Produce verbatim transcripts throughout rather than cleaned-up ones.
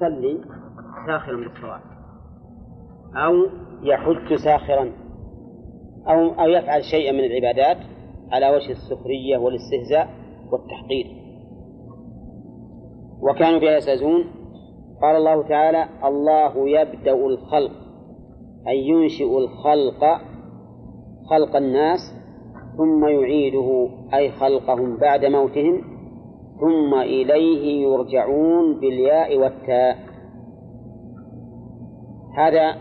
يصلي ساخرا بالصلاة أو يحج ساخرا أو, أو يفعل شيئا من العبادات على وجه السخرية والاستهزاء والتحقير، وكانوا بها يستهزئون. قال الله تعالى: الله يبدأ الخلق، أي ينشئ الخلق خلق الناس ثم يعيده، أي خلقهم بعد موتهم، ثم إليه يرجعون بالياء والتاء. هذا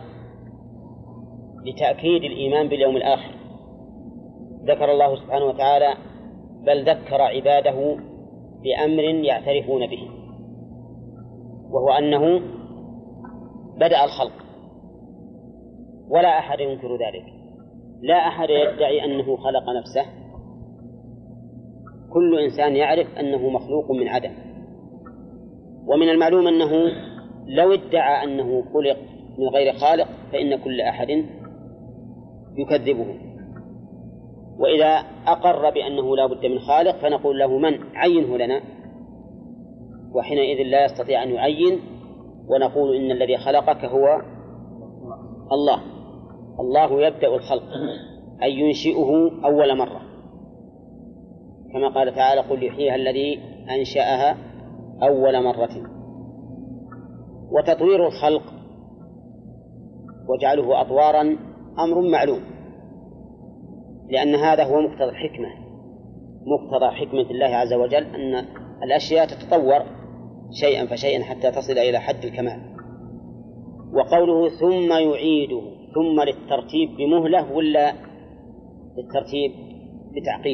لتأكيد الإيمان باليوم الآخر. ذكر الله سبحانه وتعالى بل ذكر عباده بأمر يعترفون به، وهو أنه بدأ الخلق، ولا أحد ينكر ذلك، لا أحد يدعي أنه خلق نفسه، كل إنسان يعرف أنه مخلوق من عدم. ومن المعلوم أنه لو ادعى أنه خلق من غير خالق فإن كل أحد يكذبه. وإذا أقر بأنه لا بد من خالق فنقول له: من عينه لنا؟ وحينئذ لا يستطيع أن يعين، ونقول إن الذي خلقك هو الله. الله يبدأ الخلق، أي ينشئه أول مرة، كما قال تعالى: قل يحييها الذي أنشأها أول مرة. وتطوير الخلق وجعله أطوارا أمر معلوم، لأن هذا هو مقتضى الحكمة، مقتضى حكمة الله عز وجل أن الأشياء تتطور شيئا فشيئا حتى تصل إلى حد الكمال. وقوله ثم يعيده، ثم للترتيب بمهلة ولا للترتيب بتعقيب؟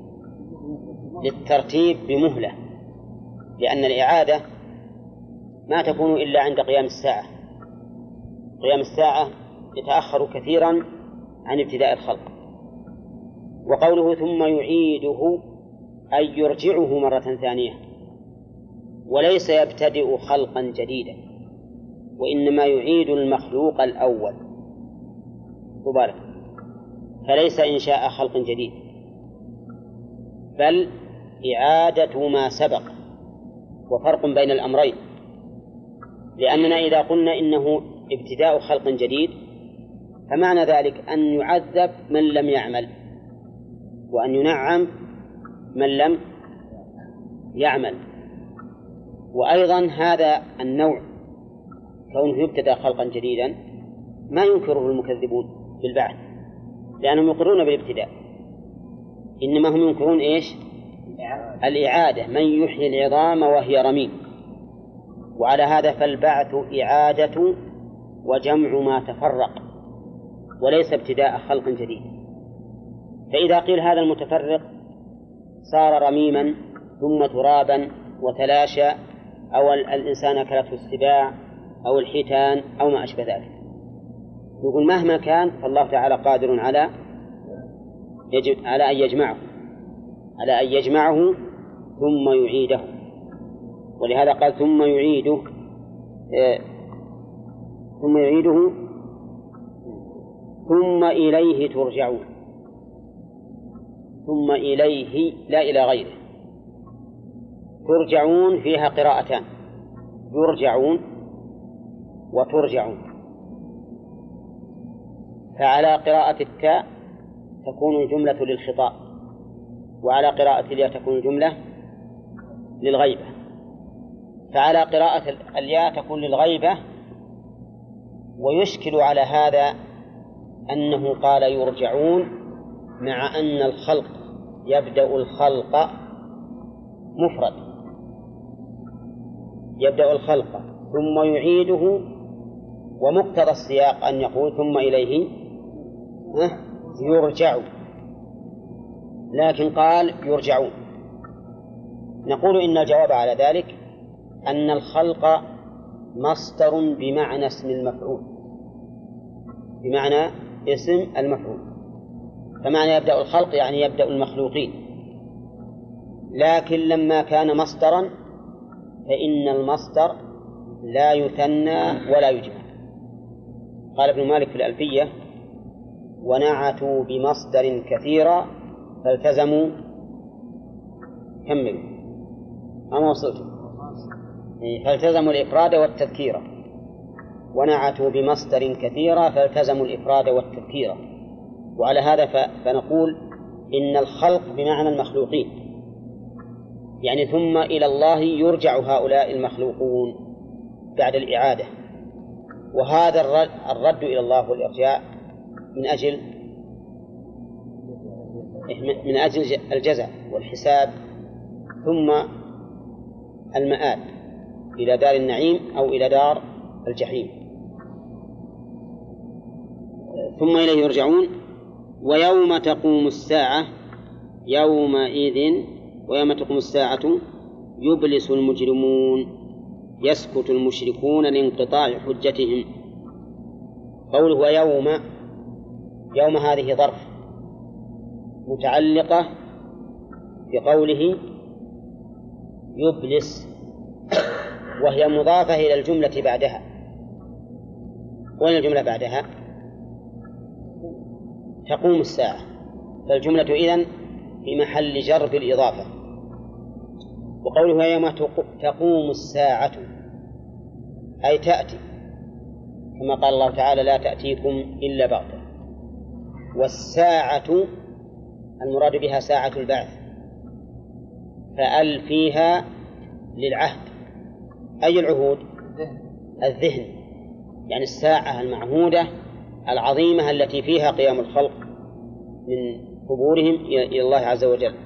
للترتيب بمهلة، لأن الإعادة ما تكون إلا عند قيام الساعة. قيام الساعة يتأخر كثيرا عن ابتداء الخلق. وقوله ثم يعيده أي يرجعه مرة ثانية، وليس يبتدئ خلقا جديدا، وإنما يعيد المخلوق الأول مبارك، فليس إنشاء خلق جديد بل إعادة ما سبق. وفرق بين الأمرين، لأننا إذا قلنا إنه ابتداء خلق جديد فمعنى ذلك أن يعذب من لم يعمل، وأن ينعم من لم يعمل. وأيضا هذا النوع كونه يبتدأ خلقا جديدا ما ينكره المكذبون بالبعث، لأنهم يقرون بالابتداء، إنما هم ينكرون إيش؟ الإعادة، من يحيي العظام وهي رميم. وعلى هذا فالبعث إعادة وجمع ما تفرق، وليس ابتداء خلق جديد. فإذا قيل هذا المتفرق صار رميما ثم ترابا وتلاشى، أو الإنسان أكلته السباع أو الحيتان أو ما أشبه ذلك، يقول مهما كان فالله تعالى قادر على يجب على أن يجمعه على أن يجمعه ثم يعيده. ولهذا قال ثم يعيده آه ثم يعيده ثم إليه ترجعون. ثم إليه لا إلى غيره. ترجعون فيها قراءتان، يرجعون وترجعون. فعلى قراءة التاء تكون الجملة للخطاب، وعلى قراءة الياء تكون الجملة للغيبة. فعلى قراءة الياء تكون للغيبة. ويشكل على هذا أنه قال يرجعون مع أن الخلق يبدأ الخلق مفرد، يبدأ الخلق ثم يعيده، ومقتضى السياق أن يقول ثم إليه يرجع، لكن قال يرجعون. نقول إن الجواب على ذلك أن الخلق مصدر بمعنى اسم المفعول، بمعنى اسم المفعول. فمعنى يبدأ الخلق يعني يبدأ المخلوقين، لكن لما كان مصدرا فإن المصدر لا يثنى ولا يجمع. قال ابن مالك في الألفية: ونعتوا بمصدر كثيرا فالتزموا. كملوا أما وصلتم فالتزموا الإفراد والتذكير، ونعتوا بمصدر كثيرا فالتزموا الإفراد والتذكير. وعلى هذا فنقول إن الخلق بمعنى المخلوقين، يعني ثم إلى الله يرجع هؤلاء المخلوقون بعد الإعادة. وهذا الرد إلى الله والإرجاع من أجل من أجل الجزاء والحساب ثم المآل إلى دار النعيم أو إلى دار الجحيم، ثم إليه يرجعون. ويوم تقوم الساعة يومئذ ويوم تقوم الساعة يبلس المجرمون يسكت المشركون لانقطاع حجتهم. قوله ويوم، يوم هذه ظرف متعلقة بقوله يبلس، وهي مضافة إلى الجملة بعدها. وين الجملة بعدها؟ تقوم الساعة، فالجملة إذن في محل جر بالإضافة. وقوله يوم تقوم الساعة أي تأتي، كما قال الله تعالى لا تأتيكم إلا بغتة. والساعة المراد بها ساعة البعث، فأل فيها للعهد. أي العهود؟ الذهن، يعني الساعة المعهودة العظيمة التي فيها قيام الخلق من قبورهم إلى الله عز وجل.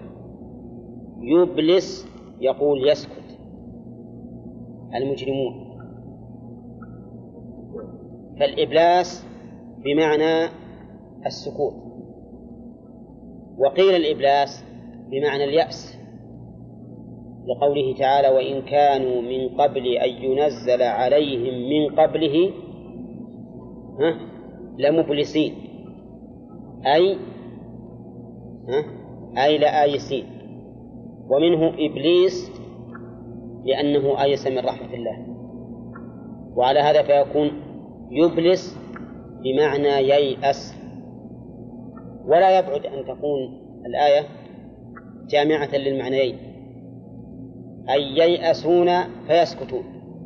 يبلس يقول يسكت المجرمون، فالإبلاس بمعنى السكوت، وقيل الإبلاس بمعنى اليأس، لقوله تعالى وإن كانوا من قبل أن ينزل عليهم من قبله ها لمبلسين، أي ها أي لآيسين. ومنه إبليس لأنه آيس من رحمة الله. وعلى هذا فيكون يبلس بمعنى ييأس. ولا يبعد أن تكون الآية جامعة للمعنيين، أي ييأسون فيسكتون،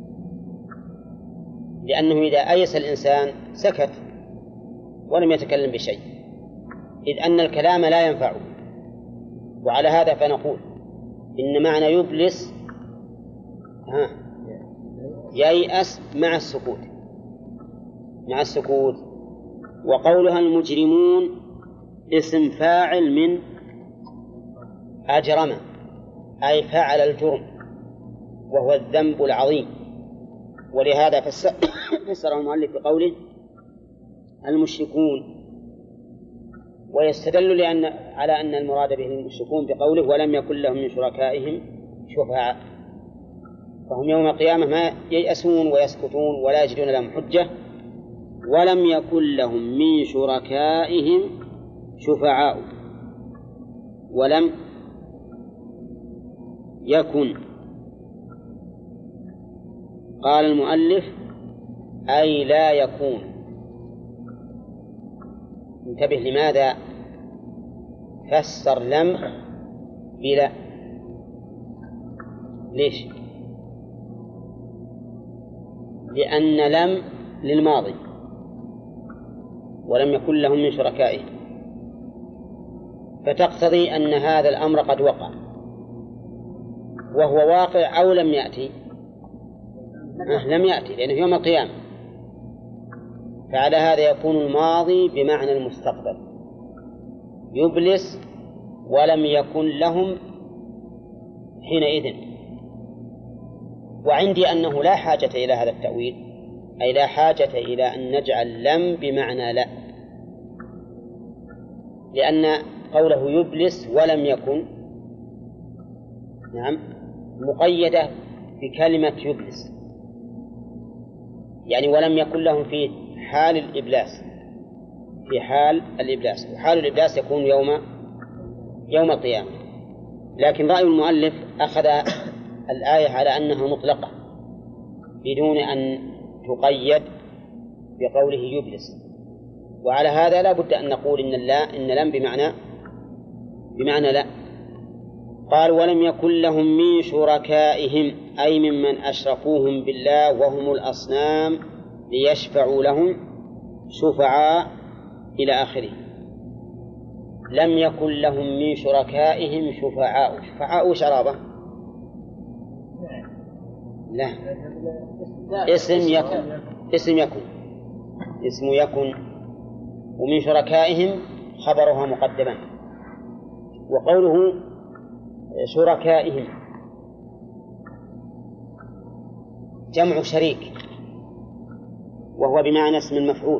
لأنه إذا أيس الإنسان سكت ولم يتكلم بشيء، إذ أن الكلام لا ينفعه. وعلى هذا فنقول إن معنى يبلس ها ييأس مع السكوت مع السكوت. وقولها المجرمون اسم فاعل من أجرم، أي فعل الجرم وهو الذنب العظيم. ولهذا فسره المؤلف بقوله المشركون، ويستدل لأن على أن المراد به المشركون بقوله ولم يكن لهم من شركائهم شفعاء، فهم يوم القيامة ما ييأسون ويسكتون ولا يجدون لهم حجة. ولم يكن لهم من شركائهم شفعاء، ولم يكن قال المؤلف أي لا يكون. انتبه لماذا فسر لم بلا؟ ليش؟ لأن لم للماضي ولم يكن لهم من شركائهم، فتقتضي أن هذا الأمر قد وقع، وهو واقع أو لم يأتي. أه لم يأتي لأنه يوم القيامة، فعلى هذا يكون الماضي بمعنى المستقبل يبلس ولم يكن لهم حينئذ. وعندي أنه لا حاجة إلى هذا التأويل، أي لا حاجة إلى أن نجعل لم بمعنى لا، لأن قوله يبلس ولم يكن نعم مقيدة بكلمة يبلس، يعني ولم يكن لهم في حال الإبلاس، في حال الإبلاس، وحال الإبلاس يكون يوم يوم القيامة. لكن رأي المؤلف أخذ الآية على أنها مطلقة بدون أن تقيد بقوله يبلس، وعلى هذا لا بد أن نقول إن لا إن لم بمعنى بمعنى لا. قال ولم يكن لهم من شركائهم أي ممن أشركوهم بالله وهم الأصنام ليشفعوا لهم شفعاء إلى آخره. لم يكن لهم من شركائهم شفعاء. شفعاء شرابة لا اسم يكن اسم يكن اسم يكن ومن شركائهم خبرها مقدما. وقوله شركائهم جمع شريك وهو بمعنى اسم المفعول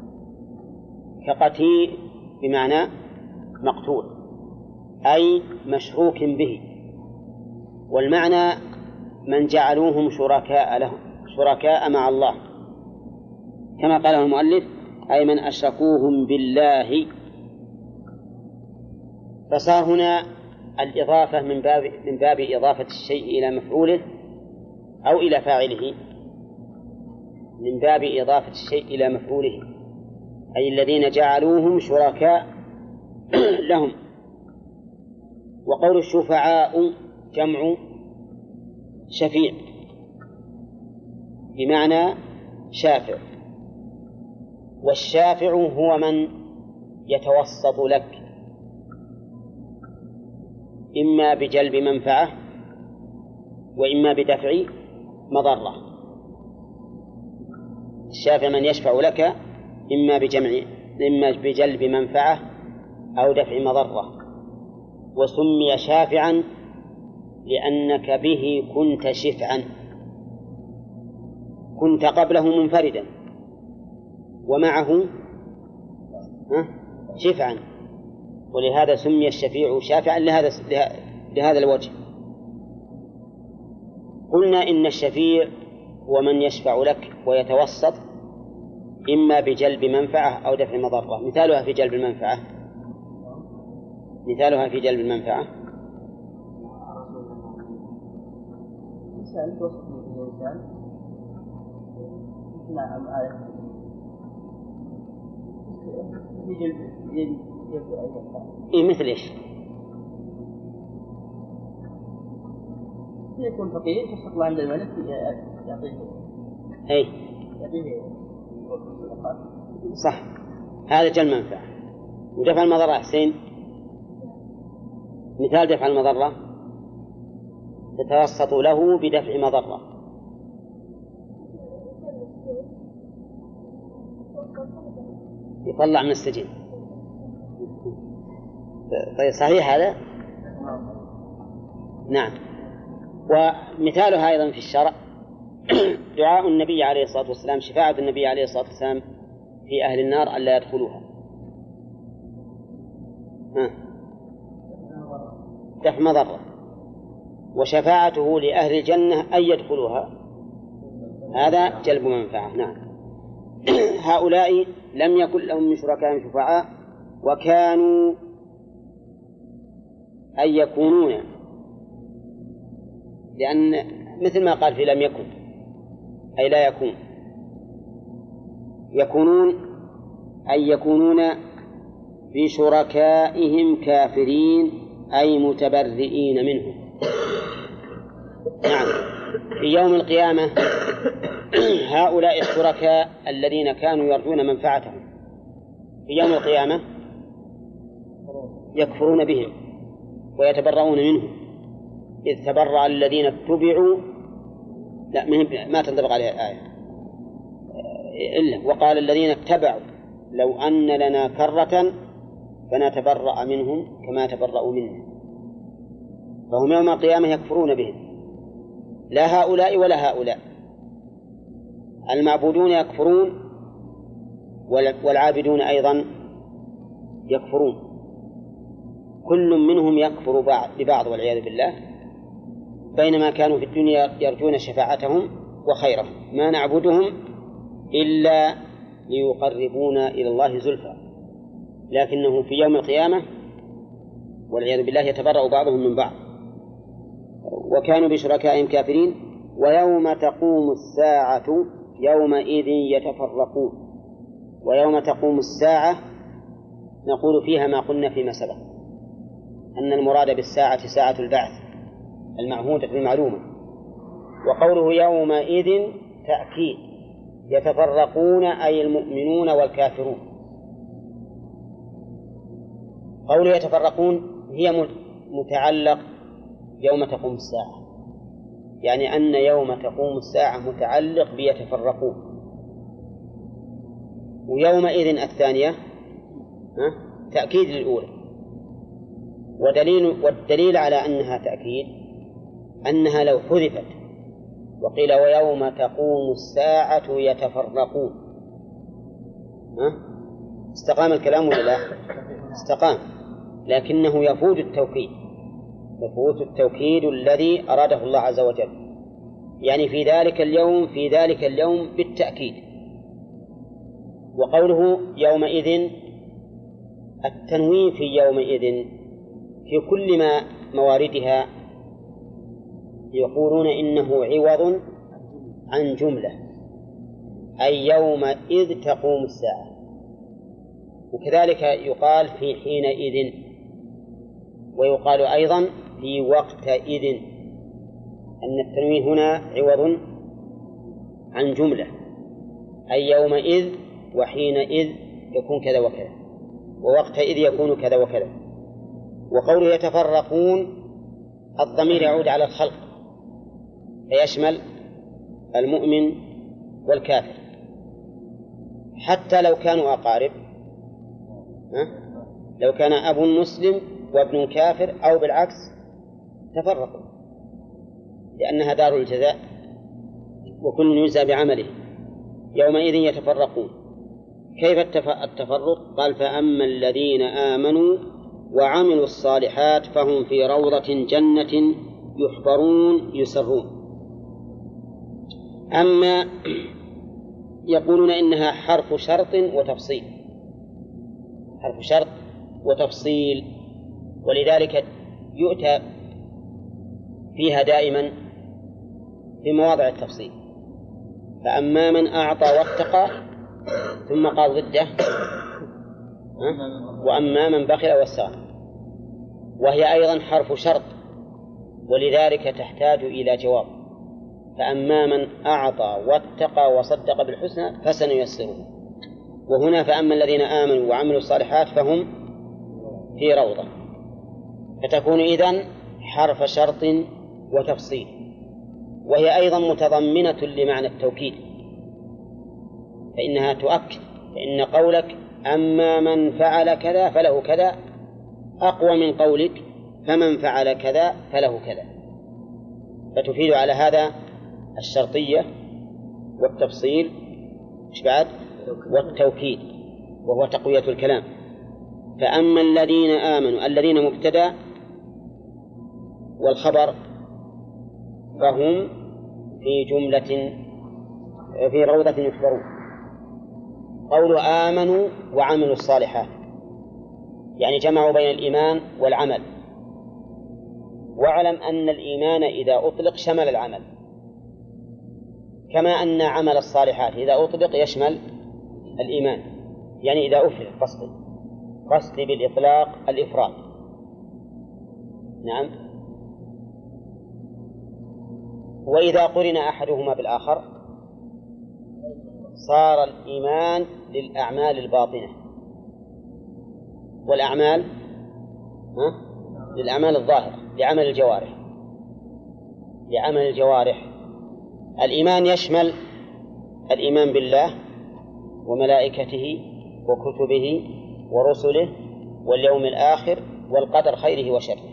كقتيل بمعنى مقتول أي مشروك به. والمعنى من جعلوهم شركاء لهم شركاء مع الله كما قاله المؤلف أي من أشركوهم بالله. فصار هنا الإضافة من باب من باب إضافة الشيء إلى مفعوله أو إلى فاعله، من باب إضافة الشيء إلى مفعوله أي الذين جعلوهم شركاء لهم. وقول الشفعاء جمع شفيع بمعنى شافع، والشافع هو من يتوسط لك إما بجلب منفعة وإما بدفع مضرة. الشافع من يشفع لك إما بجمع إما بجلب منفعة أو دفع مضرة. وسمي شافعا لأنك به كنت شفعا، كنت قبله منفردا ومعه شفعا، ولهذا سمي الشفيع شافعا لهذا لهذا الوجه. قلنا إن الشفيع هو من يشفع لك ويتوسط إما بجلب منفعة أو دفع مضرة. مثالها في جلب المنفعة مثالها في جلب المنفعة إنسان توسط الإنسان نعم آية يجلب يجلب إيه مثل إيش؟ يكون فقير يتصل عند الملك يعطيه أي يعطيه صح، هذا جلب منفعة. ودفع المضرة حسين مثال دفع المضرة تتوسط له بدفع مضرة. يطلع من السجن. طيب صحيح هذا؟ نعم. ومثالها أيضا في الشرع دعاء النبي عليه الصلاة والسلام، شفاعة النبي عليه الصلاة والسلام في أهل النار ألا يدخلوها. ها. دفع مضرة. وشفاعته لأهل الجنة أن يدخلوها هذا جلب منفعة. نعم. هؤلاء لم يكن لهم من شركائهم شفعاء وكانوا أن يكونون، لأن مثل ما قال في لم يكن أي لا يكون، يكونون أن يكونون بشركائهم كافرين أي متبرئين منهم. نعم. في يوم القيامة هؤلاء الشركاء الذين كانوا يرجون منفعتهم في يوم القيامة يكفرون بهم ويتبرؤون منهم، إذ تبرأ الذين اتبعوا لا ما تنطبق عليها الآية إلا وقال الذين اتبعوا لو أن لنا كرة فنتبرأ منهم كما تبرأوا منا. فهم يوم القيامة يكفرون بهم، لا هؤلاء ولا هؤلاء. المعبودون يكفرون والعابدون أيضا يكفرون، كل منهم يكفر ببعض والعياذ بالله، بينما كانوا في الدنيا يرجون شفاعتهم وخيرهم. ما نعبدهم إلا ليقربونا إلى الله زلفى، لكنه في يوم القيامة والعياذ بالله يتبرأ بعضهم من بعض. وكانوا بشركائهم كافرين. ويوم تقوم الساعة يومئذ يتفرقون. ويوم تقوم الساعة نقول فيها ما قلنا فيما سبق، أن المراد بالساعة ساعة البعث المعهودة المعلومة. وقوله يومئذ تأكيد، يتفرقون أي المؤمنون والكافرون. قوله يتفرقون هي متعلق يوم تقوم الساعة، يعني أن يوم تقوم الساعة متعلق بيتفرقون. ويومئذ الثانية تأكيد للأولى. ودليل والدليل على أنها تأكيد أنها لو حذفت وقيل ويوم تقوم الساعة يتفرقون استقام الكلام ولا لا؟ استقام، لكنه يفوت التوكيد، يفوت التوكيد الذي أراده الله عز وجل، يعني في ذلك اليوم في ذلك اليوم بالتأكيد. وقوله يومئذ التنوين في يومئذ في كل ما مواردها يقولون إنه عوض عن جملة، أي يومئذ تقوم الساعة. وكذلك يقال في حينئذ، ويقال أيضا في وقتئذ، أن التنوين هنا عوض عن جملة، أي يومئذ وحينئذ يكون كذا وكذا، ووقتئذ يكون كذا وكذا. وقوله يتفرقون الضمير يعود على الخلق فيشمل المؤمن والكافر، حتى لو كانوا أقارب، لو كان أب مسلم وابن كافر أو بالعكس تفرقوا، لأنها دار الجزاء وكل يجزى بعمله. يومئذ يتفرقون. كيف التفرق؟ قال فأما الذين آمنوا وعملوا الصالحات فهم في روضة جنة يحبرون يسرون. أما يقولون إنها حرف شرط وتفصيل، حرف شرط وتفصيل، ولذلك يؤتى فيها دائما في مواضع التفصيل. فأما من أعطى واتقى ثم قال ضده وأما من بخل واستغنى، وهي أيضا حرف شرط، ولذلك تحتاج إلى جواب. فأما من أعطى واتقى وصدق بالحسنى فسنيسره. وهنا فأما الذين آمنوا وعملوا الصالحات فهم في روضة، فتكون إذن حرف شرط وتفصيل، وهي أيضا متضمنة لمعنى التوكيد، فإنها تؤكد، فإن قولك أما من فعل كذا فله كذا أقوى من قولك فمن فعل كذا فله كذا، فتفيد على هذا الشرطية والتفصيل بعد والتوكيد، وهو تقوية الكلام. فأما الذين آمنوا، الذين مبتدأ والخبر، فهم في جملة في روضة يحبرون. قول آمنوا وعملوا الصالحات يعني جمعوا بين الإيمان والعمل. واعلم أن الإيمان إذا أطلق شمل العمل، كما أن عمل الصالحات إذا أطلق يشمل الإيمان، يعني إذا أفرد قصدي قصدي بالإطلاق الإفراد. نعم. وإذا قرن أحدهما بالآخر صار الإيمان للأعمال الباطنة، والأعمال ها؟ للأعمال الظاهرة، لعمل الجوارح، لعمل الجوارح. الإيمان يشمل الإيمان بالله وملائكته وكتبه ورسله واليوم الآخر والقدر خيره وشره.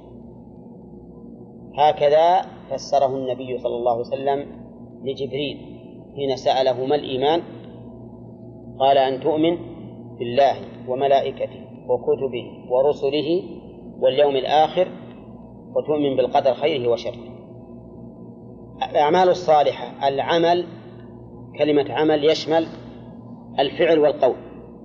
هكذا فسره النبي صلى الله عليه وسلم لجبريل حين سأله ما الإيمان؟ قال أن تؤمن بالله وملائكته وكتبه ورسله واليوم الآخر وتؤمن بالقدر خيره وشره. الأعمال الصالحة، العمل، كلمة عمل يشمل الفعل والقول.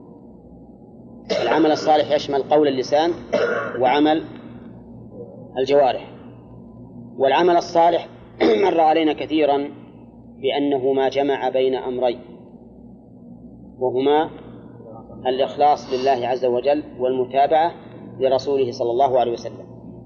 العمل الصالح يشمل قول اللسان وعمل الجوارح. والعمل الصالح مر علينا كثيرا بأنه ما جمع بين أمرين، وهما الإخلاص لله عز وجل والمتابعة لرسوله صلى الله عليه وسلم.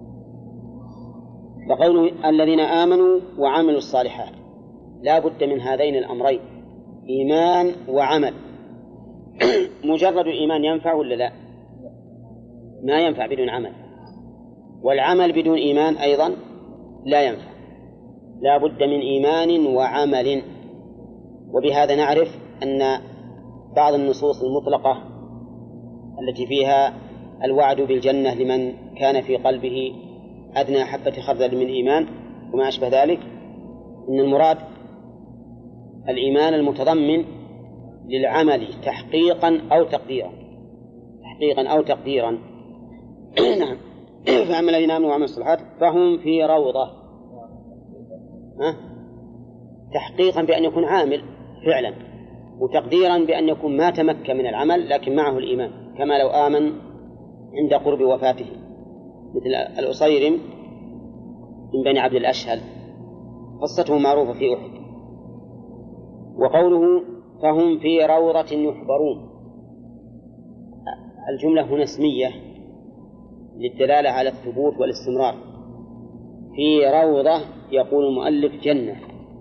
فقوله الذين آمنوا وعملوا الصالحات لا بد من هذين الأمرين، إيمان وعمل. مجرد الإيمان ينفع ولا لا؟ ما ينفع بدون عمل، والعمل بدون إيمان أيضا لا ينفع، لا بد من إيمان وعمل. وبهذا نعرف أن بعض النصوص المطلقة التي فيها الوعد بالجنة لمن كان في قلبه أدنى حبة خردل من إيمان وما أشبه ذلك، إن المراد الإيمان المتضمن للعمل تحقيقا أو تقديرا، تحقيقا أو تقديرا. نعم. فأما الذين آمنوا وعملوا الصالحات فهم في روضة، ها؟ تحقيقا بأن يكون عامل فعلا، وتقديرا بأن يكون ما تمكن من العمل لكن معه الإيمان، كما لو آمن عند قرب وفاته، مثل الأصيرم من بني عبد الأشهل، قصته معروفة في أحد. وقوله فهم في روضة يحبرون، الجملة هنا اسمية للدلالة على الثبوت والاستمرار. في روضة يقول المؤلف جنة،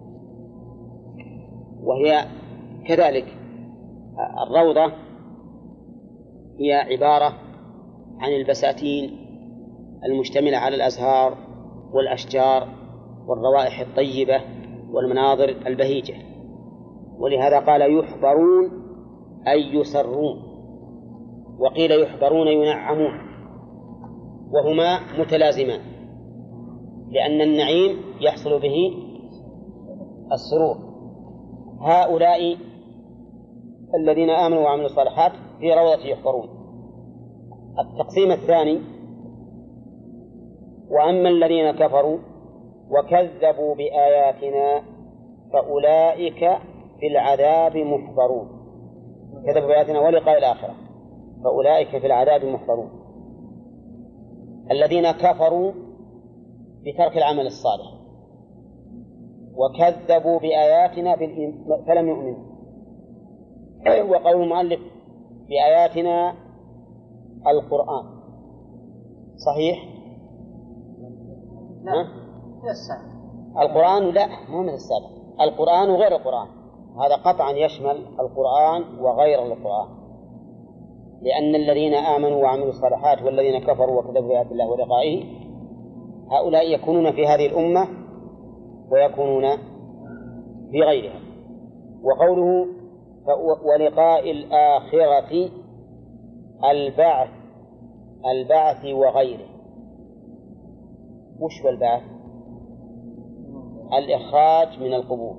وهي كذلك الروضة هي عبارة عن البساتين المشتملة على الأزهار والأشجار والروائح الطيبة والمناظر البهيجة، ولهذا قال يحبرون أي يسرون، وقيل يحبرون ينعمون، وهما متلازمان، لأن النعيم يحصل به السرور. هؤلاء الذين آمنوا وعملوا الصالحات في روضة يحبرون. التقسيم الثاني وأما الذين كفروا وكذبوا بآياتنا فأولئك في العذاب محضرون، كذبوا بآياتنا ولقاء الآخرة فأولئك في العذاب محضرون. الذين كفروا بترك العمل الصالح وكذبوا بآياتنا فلم يؤمنوا. وقول المؤلف بآياتنا القرآن صحيح؟ لا القرآن لا مو مثل السابق، القرآن وغير القرآن، هذا قطعا يشمل القرآن وغير القرآن، لأن الذين آمنوا وعملوا الصالحات والذين كفروا وكذبوا بآيات الله ولقائه هؤلاء يكونون في هذه الأمة ويكونون في غيرها. وقوله ولقاء الآخرة البعث، البعث وغيره. وش هو البعث؟ الإخراج من القبور،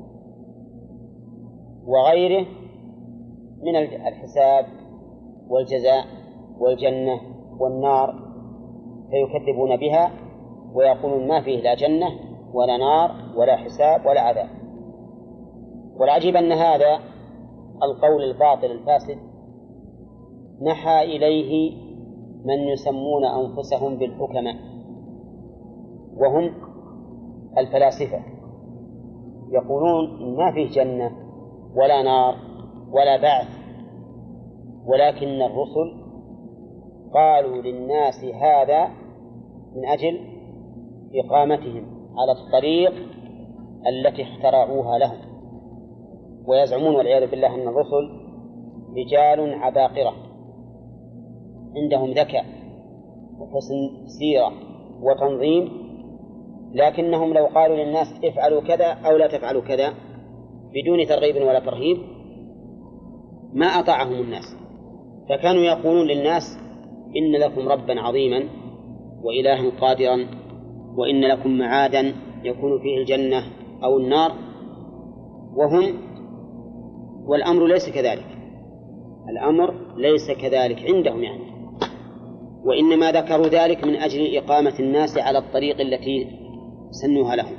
وغيره من الحساب والجزاء والجنة والنار، فيكذبون بها ويقولون ما فيه لا جنة ولا نار ولا حساب ولا عذاب. والعجيب أن هذا القول الباطل الفاسد نحى إليه من يسمون أنفسهم بالحكماء، وهم الفلاسفة، يقولون ما فيه جنة ولا نار ولا بعث، ولكن الرسل قالوا للناس هذا من أجل إقامتهم على الطريق التي اخترعوها لهم. ويزعمون والعياذ بالله أن الرسل رجال عباقرة عندهم ذكاء وحسن سيرة وتنظيم، لكنهم لو قالوا للناس افعلوا كذا أو لا تفعلوا كذا بدون ترغيب ولا ترهيب ما أطاعهم الناس. فكانوا يقولون للناس إن لكم ربا عظيما وإلها قادرا وإن لكم معادا يكون فيه الجنة أو النار، وهم والأمر ليس كذلك، الأمر ليس كذلك عندهم يعني، وإنما ذكروا ذلك من أجل إقامة الناس على الطريق التي سنوها لهم.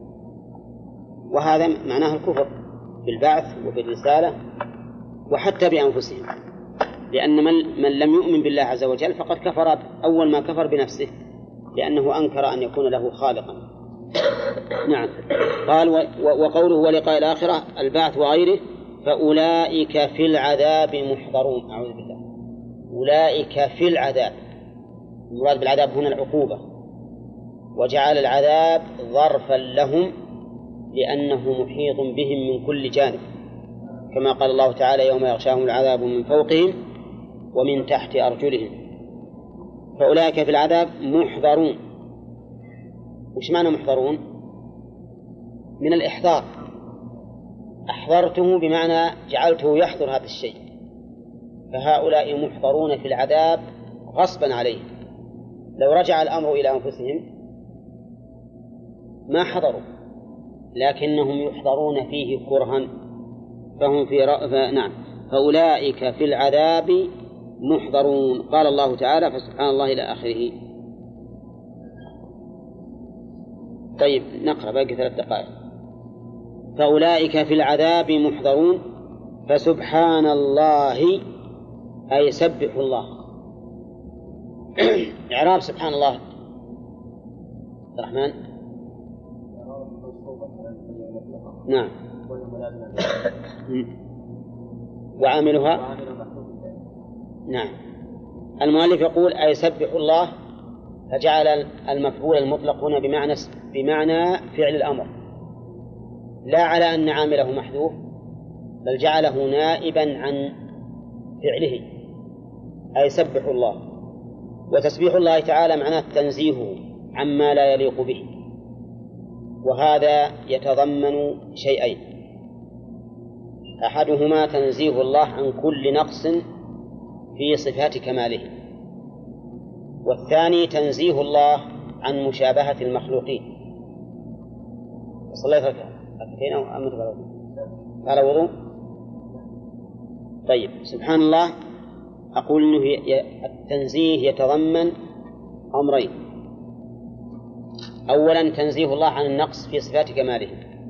وهذا معناه الكفر بالبعث وبالرسالة وحتى بأنفسهم، لأن من, من لم يؤمن بالله عز وجل فقد كفر أول ما كفر بنفسه، لأنه أنكر أن يكون له خالقا. نعم. قال وقوله ولقاء الآخرة البعث وغيره فأولئك في العذاب محضرون. أعوذ بالله. أولئك في العذاب، المراد بالعذاب هنا العقوبة، وجعل العذاب ظرفا لهم لأنه محيط بهم من كل جانب، كما قال الله تعالى يوم يغشاهم العذاب من فوقهم ومن تحت أرجلهم. فأولئك في العذاب محضرون. وش معنى محضرون؟ من الإحضار، أحضرته بمعنى جعلته يحضر هذا الشيء، فهؤلاء محضرون في العذاب غصبا عليهم. لو رجع الأمر إلى أنفسهم ما حضروا، لكنهم يحضرون فيه كرها، فهم في رأ... نعم فأولئك في العذاب محضرون. قال الله تعالى فسبحان الله إلى آخره. طيب نقرأ باقي ثلاث دقائق. فأولئك في العذاب محضرون فسبحان الله أي سبح الله. إعراب سبحان الله الرحمن. نعم. وعاملها. نعم. المؤلف يقول أي سبح الله، فجعل المفعول المطلق هنا بمعنى بمعنى فعل الأمر، لا على أن عامله محذوف، بل جعله نائبا عن فعله، أي سبح الله. وتسبيح الله تعالى معناه تنزيهه عما لا يليق به، وهذا يتضمن شيئين: أحدهما تنزيه الله عن كل نقص في صفات كماله، والثاني تنزيه الله عن مشابهة المخلوقين. صليت ركعتين أو أمت على وضوء؟ طيب سبحان الله أقول أنه التنزيه يتضمن أمرين: أولا تنزيه الله عن النقص في صفات كماله،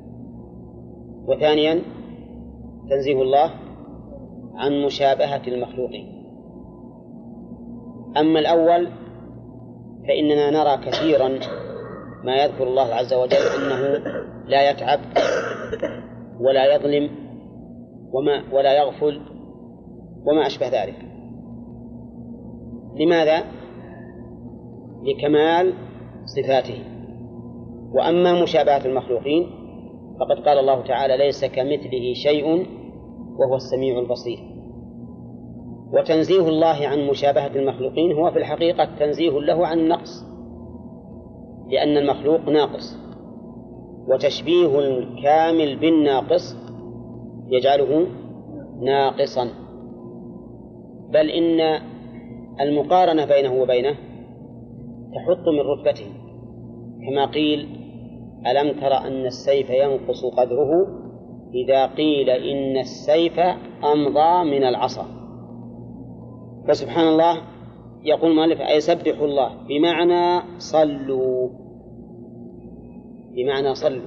وثانيا تنزيه الله عن مشابهة المخلوقين. أما الأول فإننا نرى كثيرا ما يذكر الله عز وجل أنه لا يتعب ولا يظلم وما ولا يغفل وما أشبه ذلك. لماذا؟ لكمال صفاته. وأما مشابهة المخلوقين فقد قال الله تعالى ليس كمثله شيء وهو السميع البصير. وتنزيه الله عن مشابهة المخلوقين هو في الحقيقة تنزيه له عن النقص، لأن المخلوق ناقص، وتشبيه الكامل بالناقص يجعله ناقصا، بل إن المقارنة بينه وبينه تحط من رتبته، كما قيل ألم تر أن السيف ينقص قدره إذا قيل إن السيف أمضى من العصا. فسبحان الله يقول المؤلف أي سبح الله بمعنى صلوا، بمعنى صلوا.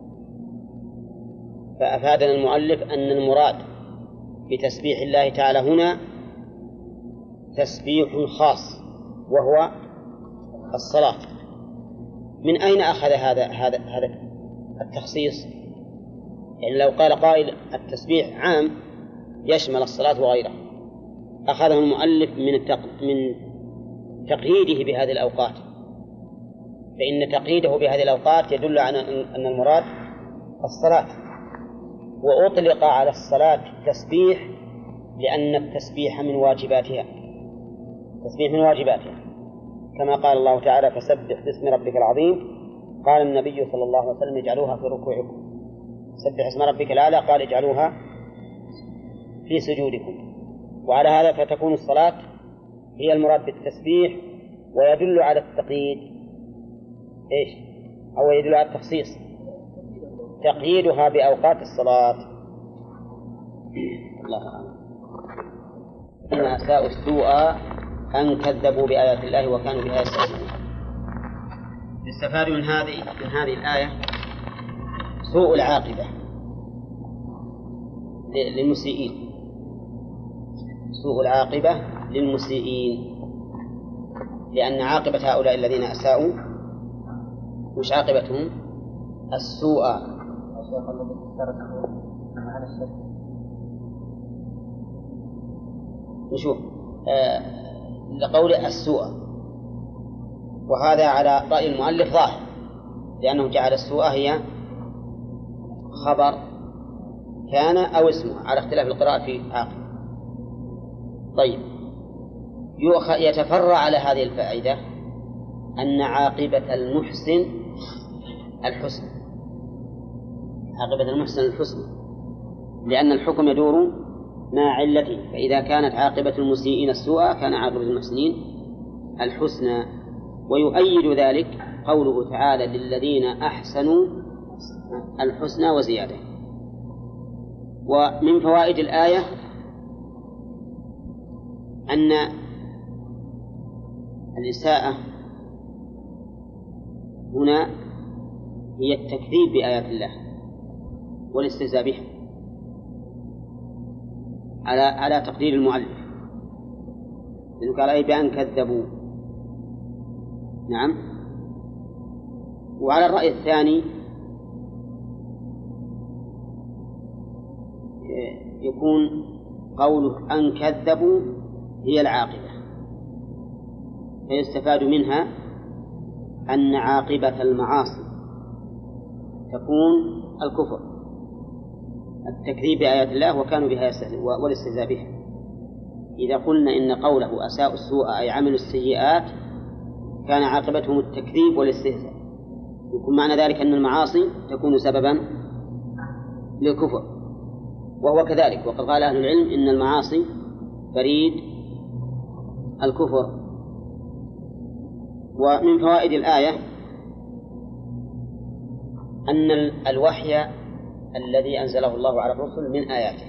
فأفادنا المؤلف أن المراد بتسبيح الله تعالى هنا تسبيح خاص وهو الصلاة. من أين أخذ هذا هذا هذا التخصيص؟ يعني لو قال قائل التسبيح عام يشمل الصلاة وغيرها، أخذه المؤلف من من تقييده بهذه الأوقات، فإن تقييده بهذه الأوقات يدل على أن المراد الصلاة. وأطلق على الصلاة التسبيح لأن التسبيح من واجباتها، التسبيح من واجباتها، كما قال الله تعالى فسبح باسم ربك العظيم. قال النبي صلى الله عليه وسلم اجعلوها في ركوعكم، سبح اسم ربك الأعلى قال اجعلوها في سجودكم. وعلى هذا فتكون الصلاة هي المراد بالتسبيح، ويدل على التقييد إيش؟ أو يدل على التخصيص تقييدها بأوقات الصلاة. الله أعلم. إن أساءوا السوء أن كذبوا بآيات الله وكانوا بها يستهزئون. يستفاد من هذه من هذه الآية سوء العاقبة للمسيئين، سوء العاقبة للمسيئين، لأن عاقبة هؤلاء الذين أساءوا وش عاقبتهم؟ السوء. نشوف آه لقول السوء وهذا على رأي المؤلف ظاهر، لأنه جعل السوء هي خبر كان أو اسمه على اختلاف القراءة في عاقبة. طيب، يتفرع على هذه الفائدة أن عاقبة المحسن الحسن، عاقبة المحسن الحسن، لأن الحكم يدور مع علته، فإذا كانت عاقبة المسيئين السوء كان عاقبة المحسنين الحسنى. ويؤيد ذلك قوله تعالى للذين أحسنوا الحسنى وزيادة. ومن فوائد الآية أن الإساءة هنا هي التكذيب بآيات الله والاستهزاء بها على على تقدير المؤلف، لأنه قال أي بأن كذبوا. نعم. وعلى الرأي الثاني يكون قوله أن كذبوا هي العاقبة، فيستفاد منها أن عاقبة المعاصي تكون الكفر، التكذيب بآيات الله وكانوا بها يستهزئون والاستهزاء بها. إذا قلنا إن قوله أساءوا السوء أي عملوا السيئات كان عاقبتهم التكذيب والاستهزاء، يكون معنى ذلك أن المعاصي تكون سببا للكفر، وهو كذلك. وقد قال أهل العلم إن المعاصي بريد الكفر. ومن فوائد الآية أن الوحي الذي أنزله الله على الرسل من آياته،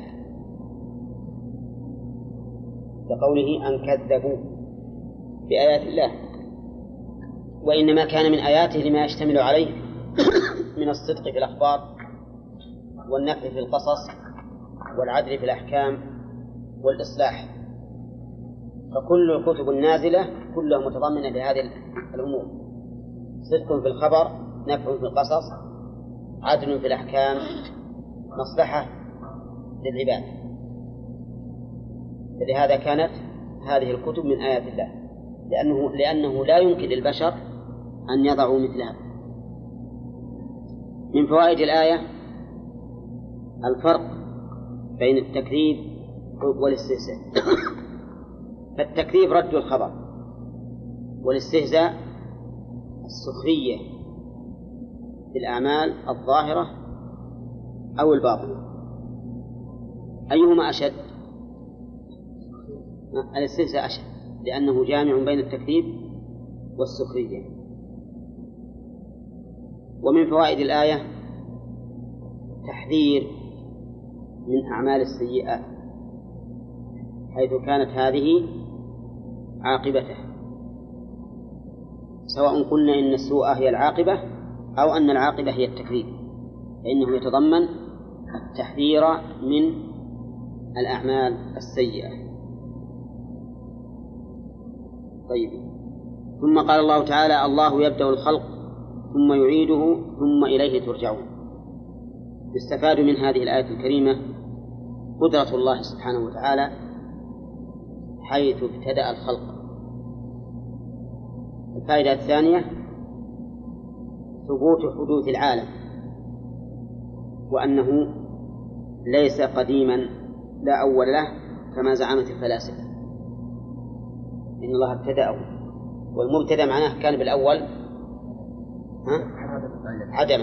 كقوله أن كذبوا بآيات الله، وإنما كان من آياته لما يشتمل عليه من الصدق في الأخبار والنفع في القصص والعدل في الأحكام والإصلاح، فكل الكتب النازلة كلها متضمنة لهذه الأمور: صدق في الخبر، نفع في القصص، عدل في الأحكام، مصلحة للعباد. فلهذا كانت هذه الكتب من آيات الله، لأنه, لأنه لا يمكن للبشر أن يضعوا مثلها. من فوائد الآية الفرق بين التكذيب والاستهزاء. فالتكذيب رد الخبر، والاستهزاء السخرية في الأعمال الظاهرة أو الباطنة. أيهما أشد؟ الاستهزاء أشد، لأنه جامع بين التكذيب والسخرية. ومن فوائد الآية تحذير من أعمال السيئات، حيث كانت هذه عاقبته، سواء قلنا إن السوء هي العاقبة أو أن العاقبة هي التكذيب، فإنه يتضمن التحذير من الأعمال السيئة. طيب، ثم قال الله تعالى: الله يبدأ الخلق ثم يعيده ثم إليه ترجعون. يستفاد من هذه الآية الكريمة قدرة الله سبحانه وتعالى حيث ابتدأ الخلق. الفائدة الثانية ثبوت حدوث العالم، وأنه ليس قديما لا أول له كما زعمت الفلاسفة، إن الله ابتدأه، والمبتدأ معناه كان بالأول ها؟ عدما.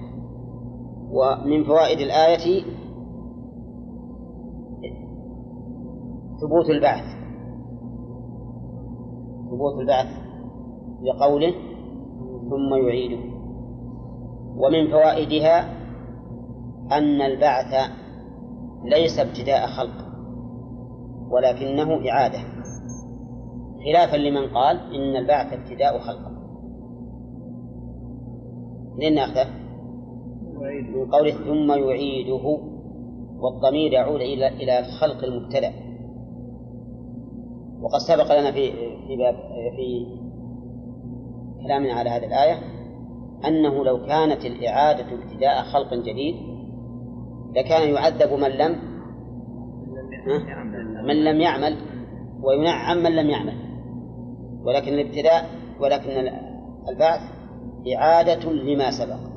ومن فوائد الآية ثبوت البعث، ثبوت البعث لقوله ثم يعيده. ومن فوائدها أن البعث ليس ابتداء خلق ولكنه إعادة، خلافا لمن قال إن البعث ابتداء خلق. لأن أخذ من قوله ثم يعيده، والضمير يعود إلى إلى الخلق المبتدأ. وقد سبق لنا في في باب في كلامنا على هذه الآية أنه لو كانت الإعادة ابتداء خلق جديد لكان يعذب من لم من لم يعمل وينعم من لم يعمل، ولكن الابتداء ولكن البعث إعادة لما سبق.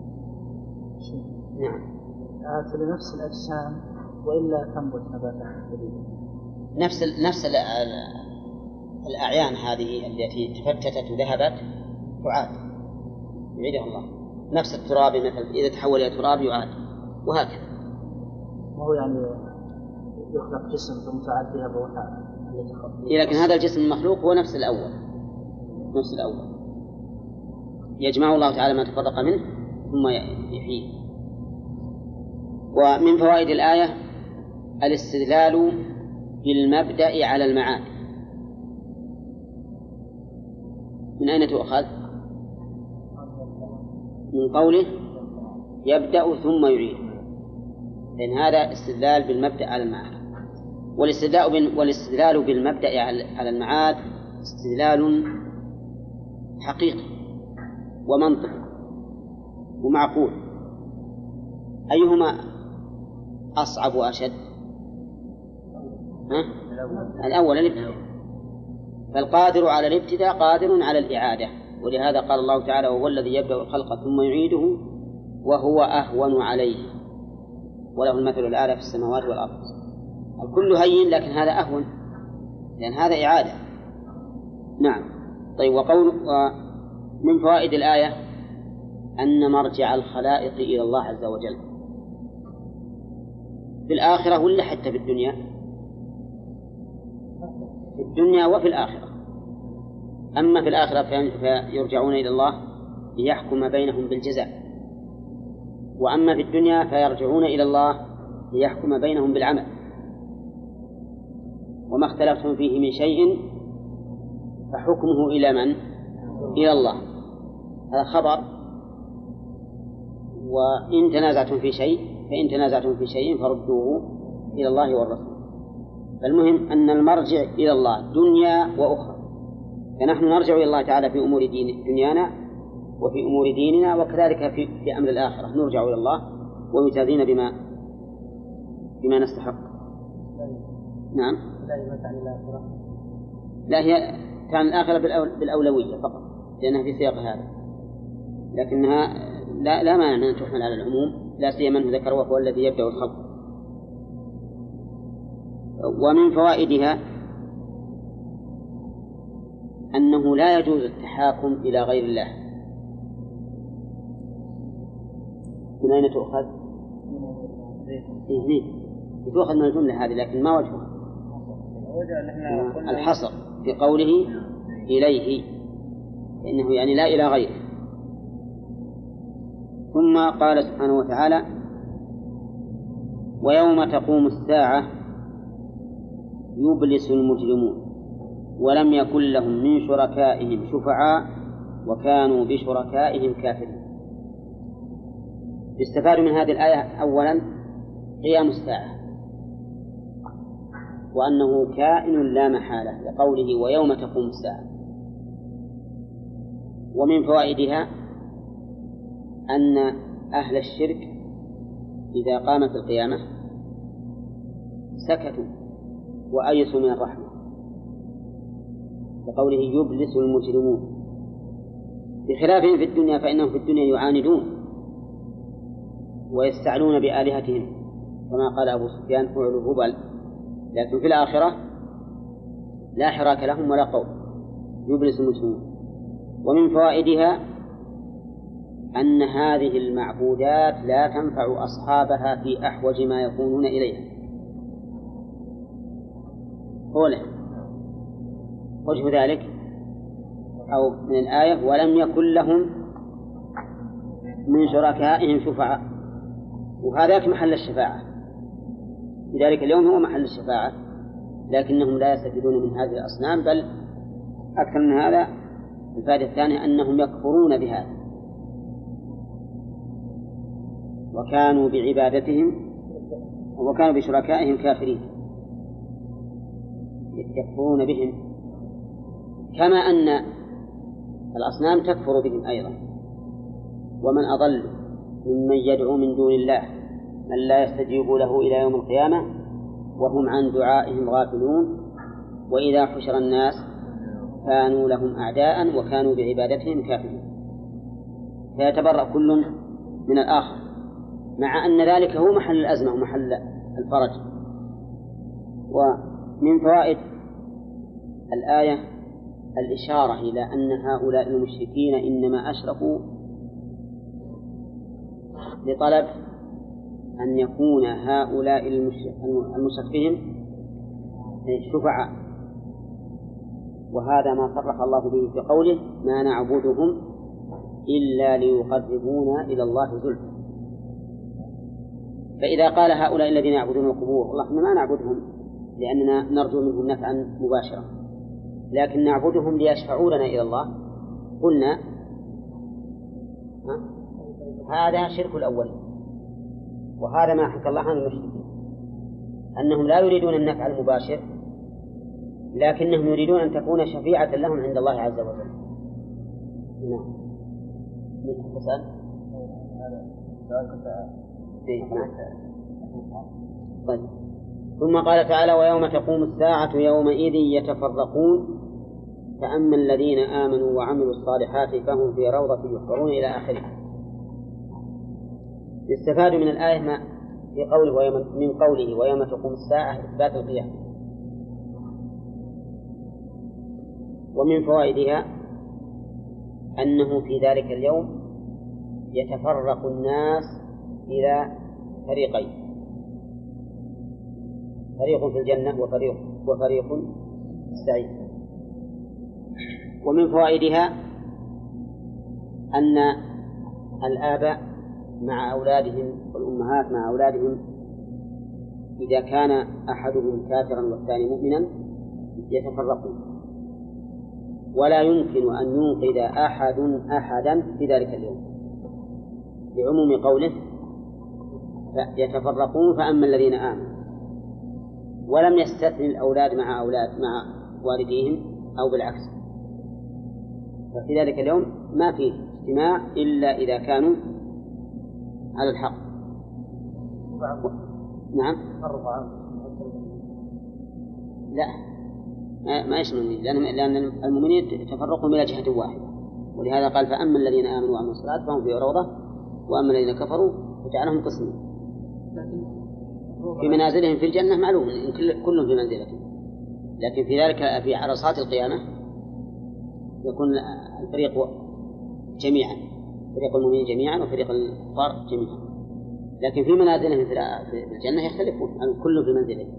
نعم. إعادة لنفس الأجسام وإلا تنبت نباتا جديدا. نفس ال نفس ال الأعيان هذه التي تفتتت وذهبت تعاد يعيدها الله. نفس التراب مثل إذا تحول إلى تراب يعاد وهكذا. وهو يعني يخلق جسم ثم تعاد فيها بوحة. لكن هذا الجسم المخلوق هو نفس الأول نفس الأول يجمع الله تعالى ما تفرق منه ثم يحييه. ومن فوائد الآية الاستدلال بالمبدأ على المعاد. من أين تؤخذ؟ من قوله يبدأ ثم يعيد، لأن هذا استدلال بالمبدأ على المعاد. والاستدلال والاستدلال بالمبدأ على المعاد استدلال حقيقي ومنطقي ومعقول. أيهما أصعب وأشد؟ ها؟ الأول الابتداء، فالقادر على الابتداء قادر على الإعادة، ولهذا قال الله تعالى وهو الذي يبدأ الخلق ثم يعيده وهو أهون عليه وله المثل الأعلى في السماوات والأرض. الكل هين لكن هذا أهون لأن هذا إعادة. نعم. طيب. وقول ومن فوائد الآية أن مرجع الخلائق إلى الله عز وجل في الآخرة ولا حتى في الدنيا؟ في الدنيا وفي الآخرة. أما في الآخرة فيرجعون إلى الله ليحكم بينهم بالجزاء، وأما في الدنيا فيرجعون إلى الله ليحكم بينهم بالعمل. وما اختلفتم فيه من شيء فحكمه إلى من؟ إلى الله. هذا خبر. وإن تنازعتم في شيء فإن تنازعتم في شيء فردوه إلى الله والرسول. فالمهم أن المرجع إلى الله دنيا وأخرى، فنحن نرجع إلى الله تعالى في أمور دين دنيانا وفي أمور ديننا، وكذلك في, في أمر الآخرة نرجع إلى الله ويجازينا بما بما نستحق. نعم. لا، هي كان الآخرة بالأولوية فقط لأنها في سياق هذا، لكنها لا, لا مانع أن تحمل على العموم، لا سيما من ذكر وهو الذي يبدأ الخلق. ومن فوائدها أنه لا يجوز التحاكم إلى غير الله. من أين تؤخذ؟ إيه تؤخذ من الجملة هذه، لكن ما وجهها؟ الحصر في قوله إليه، إنه يعني لا إلى غيره. ثم قال سبحانه وتعالى ويوم تقوم الساعة يبلس المجرمون ولم يكن لهم من شركائهم شفعاء وكانوا بشركائهم كافرين. يستفاد من هذه الآية أولا قيام الساعة، وأنه كائن لا محالة لقوله ويوم تقوم الساعة. ومن فوائدها أن أهل الشرك إذا قامت القيامة سكتوا وأيسوا من الرحمة لقوله يبلس المجرمون، بخلافهم في الدنيا فإنهم في الدنيا يعاندون ويستعلون بآلهتهم كما قال أبو سفيان أعلوا هبل، لكن في الآخرة لا حراك لهم ولا قول، يبلس المجرمون. ومن فوائدها أن هذه المعبودات لا تنفع أصحابها في أحوج ما يكونون إليها. قوله وجه ذلك أو من الآية ولم يكن لهم من شركائهم شفعاء، وهذاك محل الشفاعة في ذلك اليوم هو محل الشفاعة، لكنهم لا يستفيدون من هذه الأصنام، بل أكثر من هذا الفائدة الثانية أنهم يكفرون بهذا وكانوا بعبادتهم وكانوا بشركائهم كافرين، يكفرون بهم كما أن الأصنام تكفر بهم أيضا. ومن أضل ممن يدعو من دون الله من لا يستجيب له إلى يوم القيامة وهم عن دعائهم غافلون وإذا حشر الناس كانوا لهم أعداء وكانوا بعبادتهم كافرين، فيتبرأ كل من الآخر، مع أن ذلك هو محل الأزمة ومحل الفرج. ومن فوائد الآية الإشارة إلى أن هؤلاء المشركين إنما أشركوا لطلب أن يكون هؤلاء المشرك بهم شفعاء، وهذا ما صرح الله به في قوله ما نعبدهم إلا ليقربونا إلى الله زلفى. فإذا قال هؤلاء الذين يعبدون القبور الله ما نعبدهم لأننا نرجو منهم نفعا مباشرا، لكن نعبدهم ليشفعوا لنا إلى الله، قلنا هذا شرك الأول. وهذا ما حكى الله عن المشركين أنهم لا يريدون النفع المباشر، لكنهم يريدون أن تكون شفيعة لهم عند الله عز وجل. نعم. تسأل؟ طيب. ثم قال تعالى ويوم تقوم الساعة يومئذ يتفرقون فأما الذين آمنوا وعملوا الصالحات فهم في روضة يحضرون إلى آخره. يستفاد من الآية ما في قوله ويوم من قوله ويوم تقوم الساعة إثبات القيامة. ومن فوائدها أنه في ذلك اليوم يتفرق الناس إلى فريقين، فريق في الجنة وفريق وفريق في السعير. ومن فوائدها أن الآباء مع أولادهم والأمهات مع أولادهم إذا كان أحدهم كافرا والثاني مؤمنا يتفرقون، ولا يمكن أن ينقذ أحد أحدا في ذلك اليوم لعموم قوله يتفرقون فأما الذين آمنوا، ولم يستثن الأولاد مع أولاد مع والديهم أو بالعكس. ففي ذلك اليوم ما فيه اجتماع إلا إذا كانوا على الحق. نعم. لا ما يشمل، لأن المؤمنين تفرقوا إلى جهة واحدة، ولهذا قال فأما الذين آمنوا وعملوا الصلاة فهم في روضة وأما الذين كفروا فجعلهم قسمين في منازلهم في الجنة معلوم كلهم في منزلته، لكن في ذلك في عرصات القيامة يكون الفريق جميعا، فريق المؤمنين جميعا وفريق الكفار جميعا، لكن في منازلهم في الجنة يختلفون كلهم في منزله.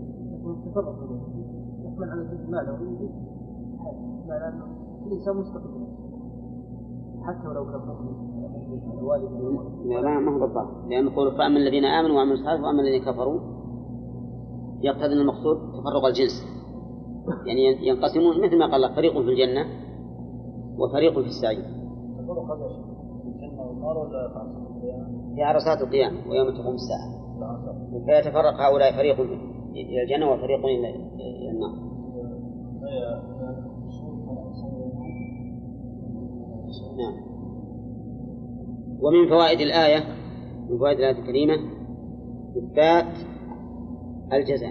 يحمل على الجزء معنوي معنى أنه الإنسان مستقل حتى ولو كان مؤمن الوالد. لا ما هو بالضبط، لأن يقول فأما الذين آمنوا وعملوا الصالحات وأما الذين كفروا يقتضي أن المقصود تفرق الجنس، يعني ينقسمون مثل ما قال الله فريق في الجنة وفريق في السعير. في عرصات القيامة ويوم تقوم الساعة فيتفرق هؤلاء فريق إلى الجنة وفريق إلى النار. نعم. ومن فوائد الآية من فوائد الآية الكريمة إثبات الجزاء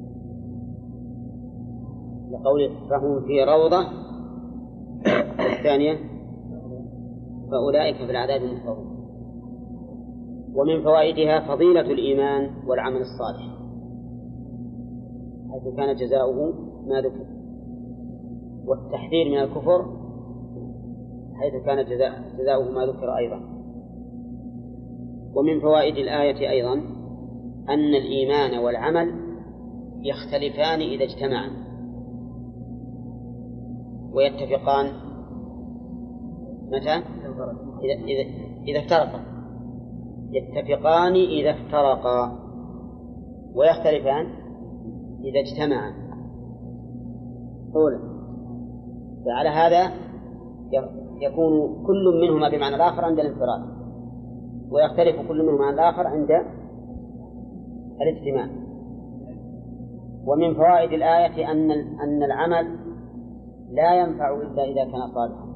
لقوله فهم في روضة، الثانية فأولئك في العذاب محضرون. ومن فوائدها فضيلة الإيمان والعمل الصالح حيث كان جزاؤه ما ذكر، والتحذير من الكفر حيث كان جزاء جزاؤه ما ذكر أيضا. ومن فوائد الآية أيضا أن الإيمان والعمل يختلفان إذا اجتمعا ويتفقان متى؟ إذا, إذا, إذا افترقا، يتفقان إذا افترقا ويختلفان إذا اجتمعا. أولا فعلى هذا يكون كل منهما بمعنى الآخر عند الانفراد، ويختلف كل منهما عن الآخر عند الاجتماع. ومن فوائد الآية أن أن العمل لا ينفع إلا إذا كان صالحا،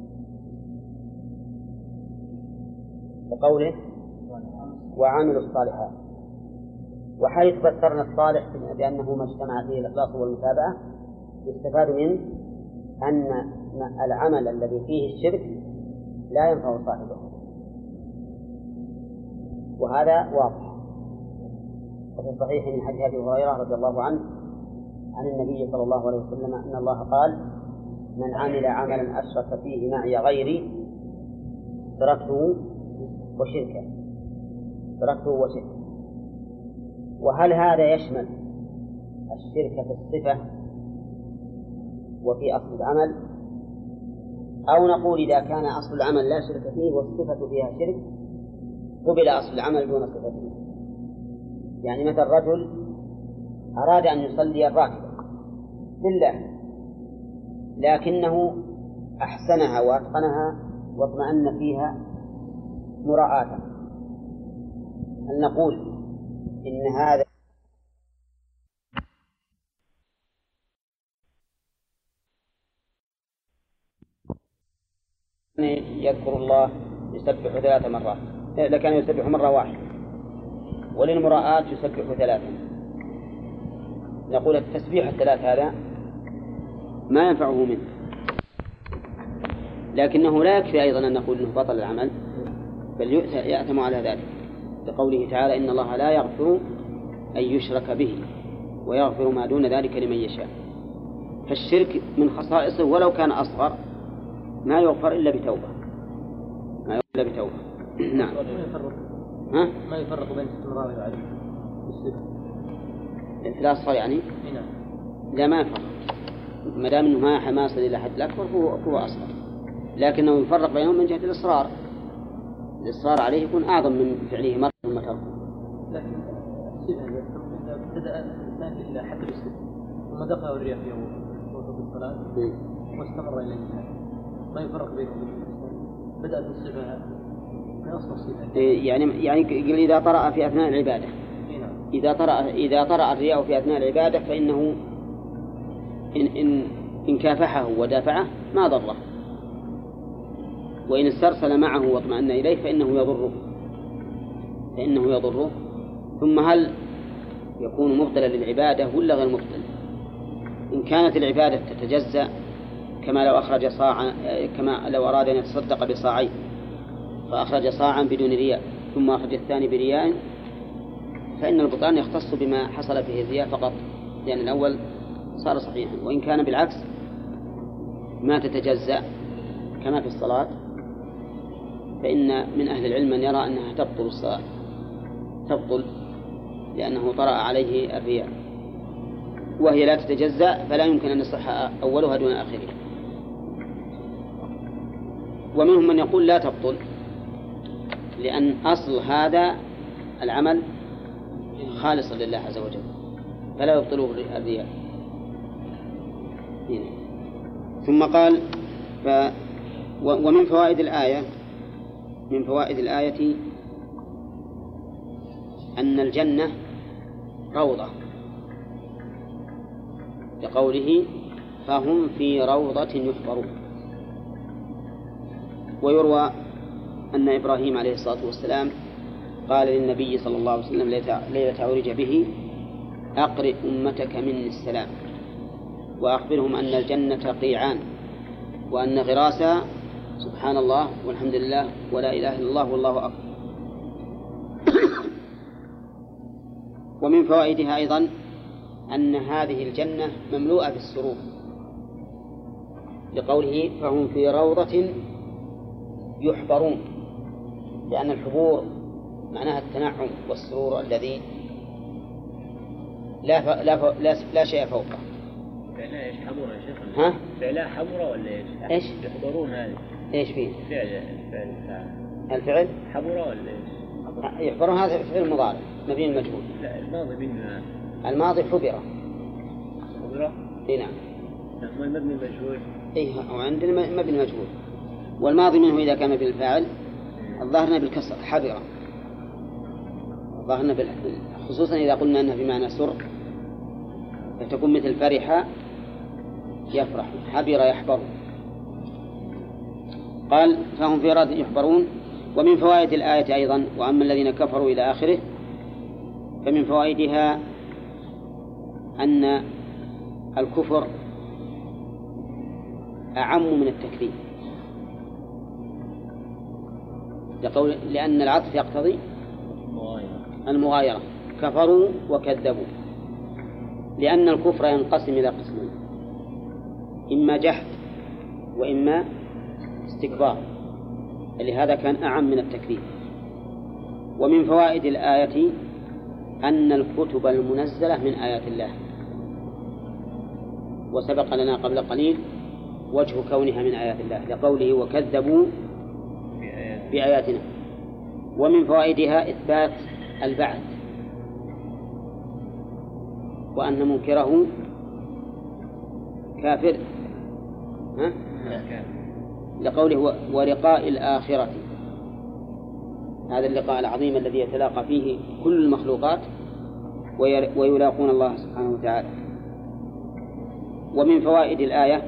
بقوله وعملوا الصالحات. وحيث فسرنا الصالح بأنه ما اجتمع فيه الإخلاص والمتابعة يستفاد من أن العمل الذي فيه الشرك لا ينفع صاحبه، وهذا واضح. وفي الصحيح من حديث أبي هريرة رضي الله عنه عن النبي صلى الله عليه وسلم أن الله قال: من عمل عملا أشرك فيه معي غيري تركته وشركه تركته وشركه. وهل هذا يشمل الشرك في الصفة وفي أصل العمل، أو نقول إذا كان أصل العمل لا شرك فيه والصفة فيها شرك قبل أصل العمل دون صفته؟ يعني مثل رجل أراد أن يصلي الراتبة لله لكنه أحسنها وأتقنها واطمأن فيها مراعاة، هل نقول إن هذا يذكر الله يسبح ثلاث مرات، لكان يسبح مرة واحدة، وللمراءات يسبح ثلاثا؟ نقول التسبيح الثلاث هذا ما ينفعه منه، لكنه لا يكفي أيضا أن نقول أنه بطل العمل، بل يأثم على ذلك لقوله تعالى: إن الله لا يغفر أن يشرك به ويغفر ما دون ذلك لمن يشاء. فالشرك من خصائصه ولو كان أصغر ما يغفر إلا بتوبة، ما يغفر إلا بتوبة. نعم. ما يفرق ها؟ ما يفرق بين استمرار والعدم في الأصغر يعني؟ نعم. لا ما يفرق، ما دام أنه ما ما يصل إلى حد الأكبر هو هو أصغر، لكنه يفرق بينهم من جهة الإصرار. الإصرار عليه يكون أعظم من فعله مرة ثم تركه. لكن الصفة إذا ابتدأ الإنسان إلا حتى بالصفة ثم دخل الرياء في وقت الصلاة واستمر إلى الإنسان ما يفرق بينهم. بدأت الصفة من أصل الصفة. يعني يعني إذا طرأ في أثناء العبادة، إذا طرأ إذا طرأ الرياء في أثناء العبادة فإنه إن إن إن كافحه ودافعه ما ضره، وإن استرسل معه واطمأن إليه فإنه يضره فإنه يضره ثم هل يكون مبطلا للعبادة ولا غير مبطل؟ إن كانت العبادة تتجزأ كما لو أخرج صاعا، كما لو أراد أن يتصدق بصاعين فأخرج صاعا بدون رياء ثم أخرج الثاني برياء، فإن البطلان يختص بما حصل فيه الرياء فقط، لأن الأول صار صحيحا. وإن كان بالعكس ما تتجزأ كما في الصلاة فإن من أهل العلم من يرى أنها تبطل الصلاة، تبطل لأنه طرأ عليه الرياء، وهي لا تتجزأ فلا يمكن أن يصح أولها دون آخرها. ومنهم من يقول لا تبطل لأن أصل هذا العمل خالصا لله عز وجل فلا يبطله الرياء. ثم قال ف ومن فوائد الآية من فوائد الآية أن الجنة روضة لقوله فهم في روضة يحبرون. ويروى أن إبراهيم عليه الصلاة والسلام قال للنبي صلى الله عليه وسلم ليلة عرج به: أقرئ أمتك مني السلام وأخبرهم أن الجنة قيعان وأن غراسها سبحان الله والحمد لله ولا إله إلا الله والله أكبر. ومن فوائدها أيضا أن هذه الجنة مملوءة بالسرور لقوله فهم في روضة يحبرون، لأن الحبور معناها التنعم والسرور الذي لا, ف... لا, ف... لا, ف... لا شيء فوقه. فعلا ايش حبورة يا شيخ؟ ها؟ فعلا حبورة ولا ايش؟ ايش؟ يحبرون هذه ايش فيه؟ فعل الفعل الفعل حبورة ولا ايش؟ يحبرون هذا فعل مضارع مبني المجهول. لا الماضي منه. الماضي حبرة. حبرة؟ اي نعم. ما المبني المجهول؟ اي وعندنا مبني المجهول، والماضي منه إذا كان بالفاعل الظاهرنا بالكسر حبرة، ظاهرنا بال... خصوصا إذا قلنا أنها بمعنى سر فتكون مثل فرح يفرح، حبر يحبر. قال فهم في روضة يحبرون. ومن فوائد الآية أيضا وأما الذين كفروا إلى آخره فمن فوائدها أن الكفر أعم من التكذيب، لقول لأن العطف يقتضي المغايرة، كفروا وكذبوا، لأن الكفر ينقسم إلى قسمين، إما جحد وإما استكبار، لهذا كان أعم من التكذيب. ومن فوائد الآية أن الكتب المنزلة من آيات الله، وسبق لنا قبل قليل وجه كونها من آيات الله لقوله وكذبوا بآياتنا. ومن فوائدها إثبات البعث، وأن منكره كافر، ها؟ لقوله ولقاء الآخرة، هذا اللقاء العظيم الذي يتلاقى فيه كل المخلوقات ويلاقون الله سبحانه وتعالى. ومن فوائد الآية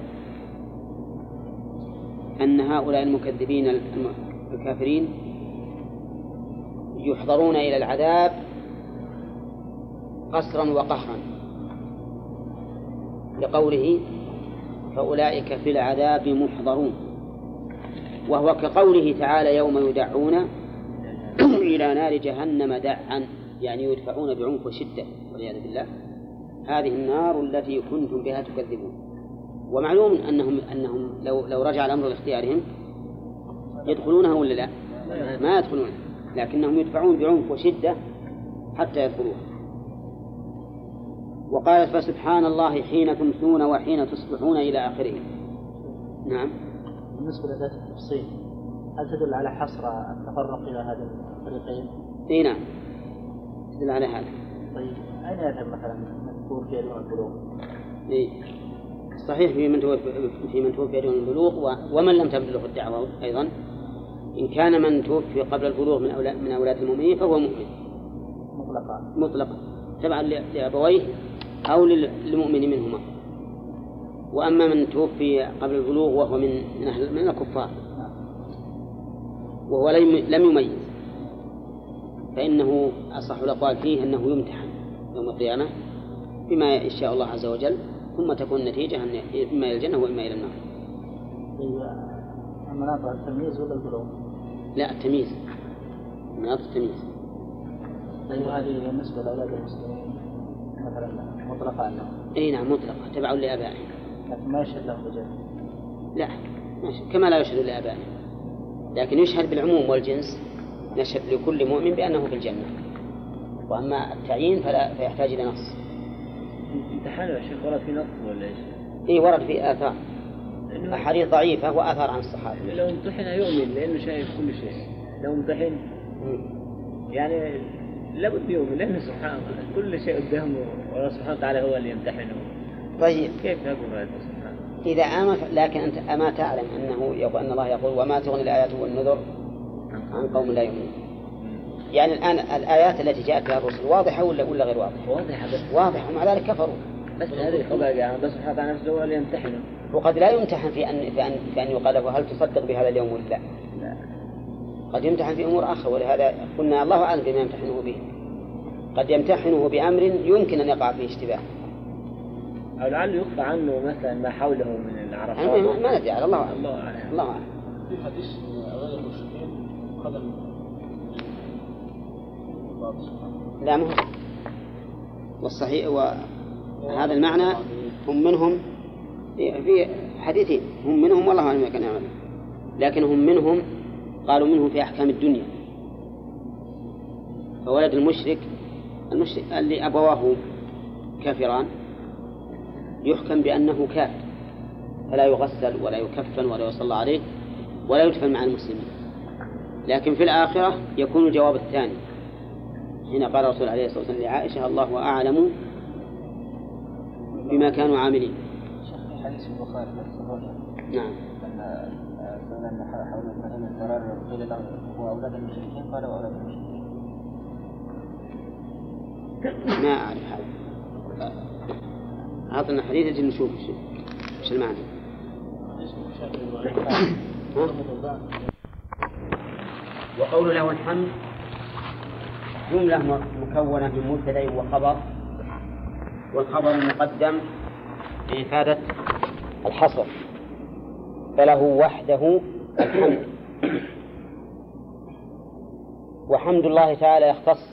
أن هؤلاء المكذبين الكافرين يحضرون إلى العذاب قسرا وقهرا، لقوله فأولئك في العذاب محضرون، وهو كقوله تعالى يوم يدعون إلى نار جهنم دعا، يعني يدفعون بعنف وشدة والعياذ بالله، هذه النار التي كنتم بها تكذبون. ومعلوم أنهم أنهم لو لو رجع الأمر لاختيارهم يدخلونها ولا لا؟ ما يدخلونها، لكنهم يدفعون بعنف وشدة حتى يدخلوها. وقالت فسبحان الله حين تمسون وحين تصبحون إلى آخره. نعم. بالنسبة لذات التفصيل هل تدل على حصر التفرق إلى هذا الفريقين؟ إيه نعم تدل على هذا. طيب أين يذهب مثلا مذكور في دون البلوغ؟ إيه صحيح في من توفي في من توفي دون البلوغ ومن لم تبلغ الدعوة أيضا. إن كان من توفي قبل البلوغ من أولاد من أولاد المؤمنين فهو مؤمن مطلقا مطلقا تبعا لأبويه أو للمؤمن منهما. وأما من توفي قبل البلوغ وهو من من الكفار وهو لم يميز فإنه أصح الأقوال فيه أنه يمتحن يوم القيامة بما يشاء الله عز وجل، ثم تكون النتيجة إما إلى الجنة وإما إلى النار. مناط التمييز ولا البلوغ؟ لا التمييز، مناط التمييز. طيب هذه بالنسبة لأولاد المسلمين مثلا مطلقة عنهم؟ أي نعم مطلقة تبع لآبائهم، لكن ما يشهد لهم بالجنة؟ لا ماشي. كما لا يشهد لآبائهم، لكن يشهد بالعموم والجنس، نشهد لكل مؤمن بأنه في الجنة. وأما التعيين فلا فيحتاج إلى نص. امتحان يا شيخ ورد في نص ولا إيش؟ إيه ورد في آثار أحاديث ضعيفة وآثار عن الصحابة. لو امتحن يؤمن لأنه شايف كل شيء، لو امتحن يعني لابد يؤمن لأنه سبحانه كل شيء قدامه والله سبحانه وتعالى هو اللي يمتحنه. طيب كيف نقول هذا سبحانه؟ إذا آمن لكن أنت أما تعلم أنه يقول أن الله يقول وما تغني الآيات والنذر عن قوم لا يؤمنون. يعني الآن الآيات التي جاءت بها الرسل واضحة ولا ولا غير واضحة؟ واضحة بس واضحة ومع ذلك كفروا. بس هذه خبر يعني بس سبحانه وتعالى نفسه هو اللي يمتحنه. وقد لا يمتحن في أن في أن في أن يقال له هل تصدق بهذا اليوم ولا لا؟ لا. قد يمتحن في أمور أخرى، ولهذا قلنا الله أعلم بما يمتحنه به. قد يمتحنه بأمر يمكن أن يقع فيه اشتباه. أو لعله يخفى عنه مثلا ما حوله من العرفات. ما, ما ندري على الله أعلم. الله أعلم. الله أعلم. في حديث غير المشركين قدم لا مهم. والصحيح وهذا المعنى هم منهم في حديثين، هم منهم والله أعلم ما كان يعمل، لكن هم منهم قالوا منهم في أحكام الدنيا. فولد المشرك المشرك اللي أبواه كافران يحكم بأنه كافر فلا يغسل ولا يكفن ولا يصلى عليه ولا يدفن مع المسلمين. لكن في الآخرة يكون الجواب الثاني حين قال الرسول عليه الصلاة والسلام لعائشة الله أعلم بما كانوا عاملين. شيخ حديث البخاري نعم. لما سئلنا حول المهم الضرر قيل له هو أولاد المشركين قال وأولاد المشركين. ما أعرف هذا. أعطنا حديث الجن نشوف إيش المعنى. وقول له الحمد جملة مكونة من مبتدأ وخبر، والخبر مقدم لإفادة الحصر فله وحده الحمد. وحمد الله تعالى يختص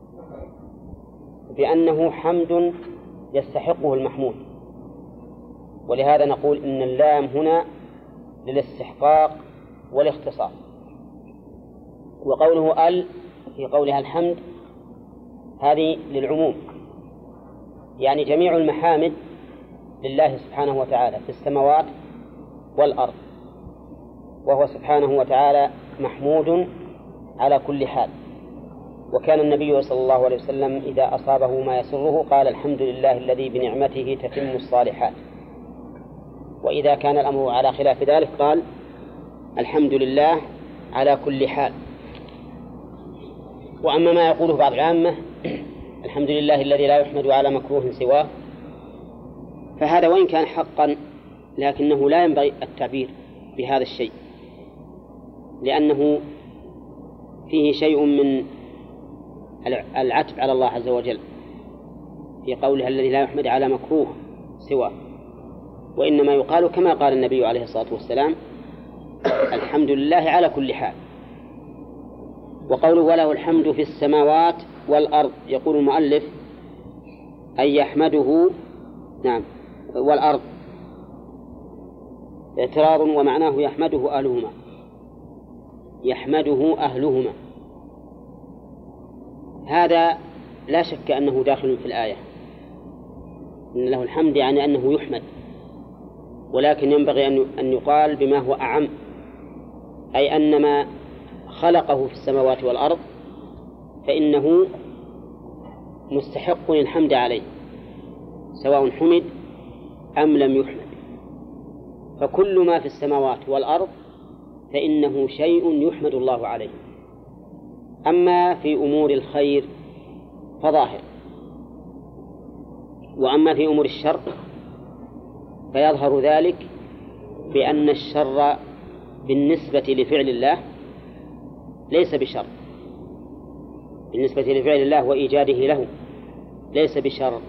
بأنه حمد يستحقه المحمود، ولهذا نقول إن اللام هنا للاستحقاق والاختصاص. وقوله ال في قولها الحمد هذه للعموم، يعني جميع المحامد لله سبحانه وتعالى في السماوات والأرض، وهو سبحانه وتعالى محمود على كل حال. وكان النبي صلى الله عليه وسلم إذا أصابه ما يسره قال الحمد لله الذي بنعمته تتم الصالحات، وإذا كان الأمر على خلاف ذلك قال الحمد لله على كل حال. وأما ما يقوله بعض العامة الحمد لله الذي لا يحمد على مكروه سواه، فهذا وإن كان حقا لكنه لا ينبغي التعبير بهذا الشيء، لأنه فيه شيء من العتب على الله عز وجل في قولها الذي لا يحمد على مكروه سواه، وإنما يقال كما قال النبي عليه الصلاة والسلام الحمد لله على كل حال. وقوله وله الحمد في السماوات والأرض، يقول المؤلف أن يحمده نعم والأرض اعتراض، ومعناه يحمده أهلهما، يحمده أهلهما. هذا لا شك أنه داخل في الآية، إن له الحمد يعني أنه يحمد، ولكن ينبغي أن يقال بما هو أعم، أي أن ما خلقه في السماوات والأرض فإنه مستحق الحمد عليه سواء حمد أم لم يحمد. فكل ما في السماوات والأرض فإنه شيء يحمد الله عليه. أما في أمور الخير فظاهر، وأما في أمور الشر فيظهر ذلك بأن الشر بالنسبة لفعل الله ليس بشر، بالنسبة لفعل الله وإيجاده له ليس بشر،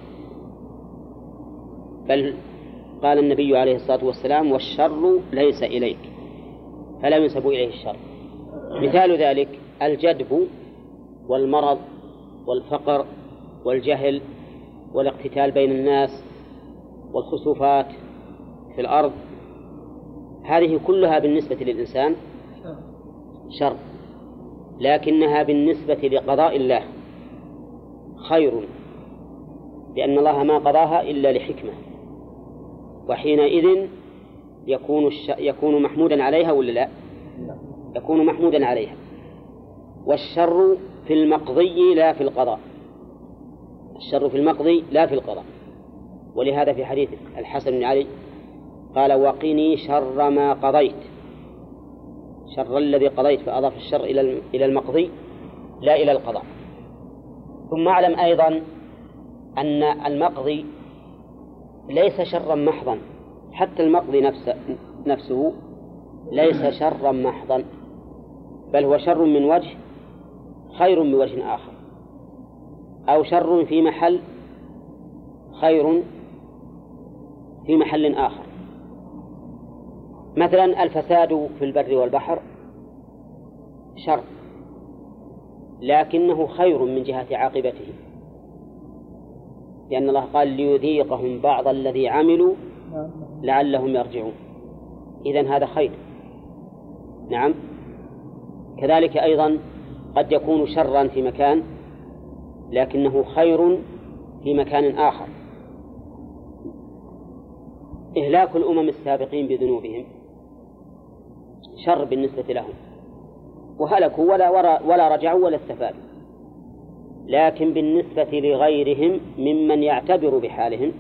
بل قال النبي عليه الصلاة والسلام والشر ليس إليك، فلا ينسب إليه الشر. مثال ذلك الجدب والمرض والفقر والجهل والاقتتال بين الناس والخسوفات في الأرض، هذه كلها بالنسبة للإنسان شر، لكنها بالنسبة لقضاء الله خير، لأن الله ما قضاها إلا لحكمة، وحينئذ يكون الش... يكون محمودا عليها ولا لا؟ يكون محمودا عليها. والشر في المقضي لا في القضاء، الشر في المقضي لا في القضاء. ولهذا في حديث الحسن بن علي قال وقني شر ما قضيت، شر الذي قضيت، فأضاف الشر إلى إلى المقضي لا إلى القضاء. ثم أعلم أيضا أن المقضي ليس شرا محضا، حتى المقضي نفسه, نفسه ليس شرا محضا، بل هو شر من وجه خير من وجه آخر، أو شر في محل خير في محل آخر. مثلا الفساد في البر والبحر شر، لكنه خير من جهة عاقبته، لأن الله قال ليذيقهم بعض الذي عملوا لعلهم يرجعون، إذن هذا خير. نعم. كذلك أيضا قد يكون شرا في مكان لكنه خير في مكان آخر. إهلاك الأمم السابقين بذنوبهم شر بالنسبة لهم، وهلكوا ولا, ولا رجعوا ولا استفادوا، لكن بالنسبة لغيرهم ممن يعتبر بحالهم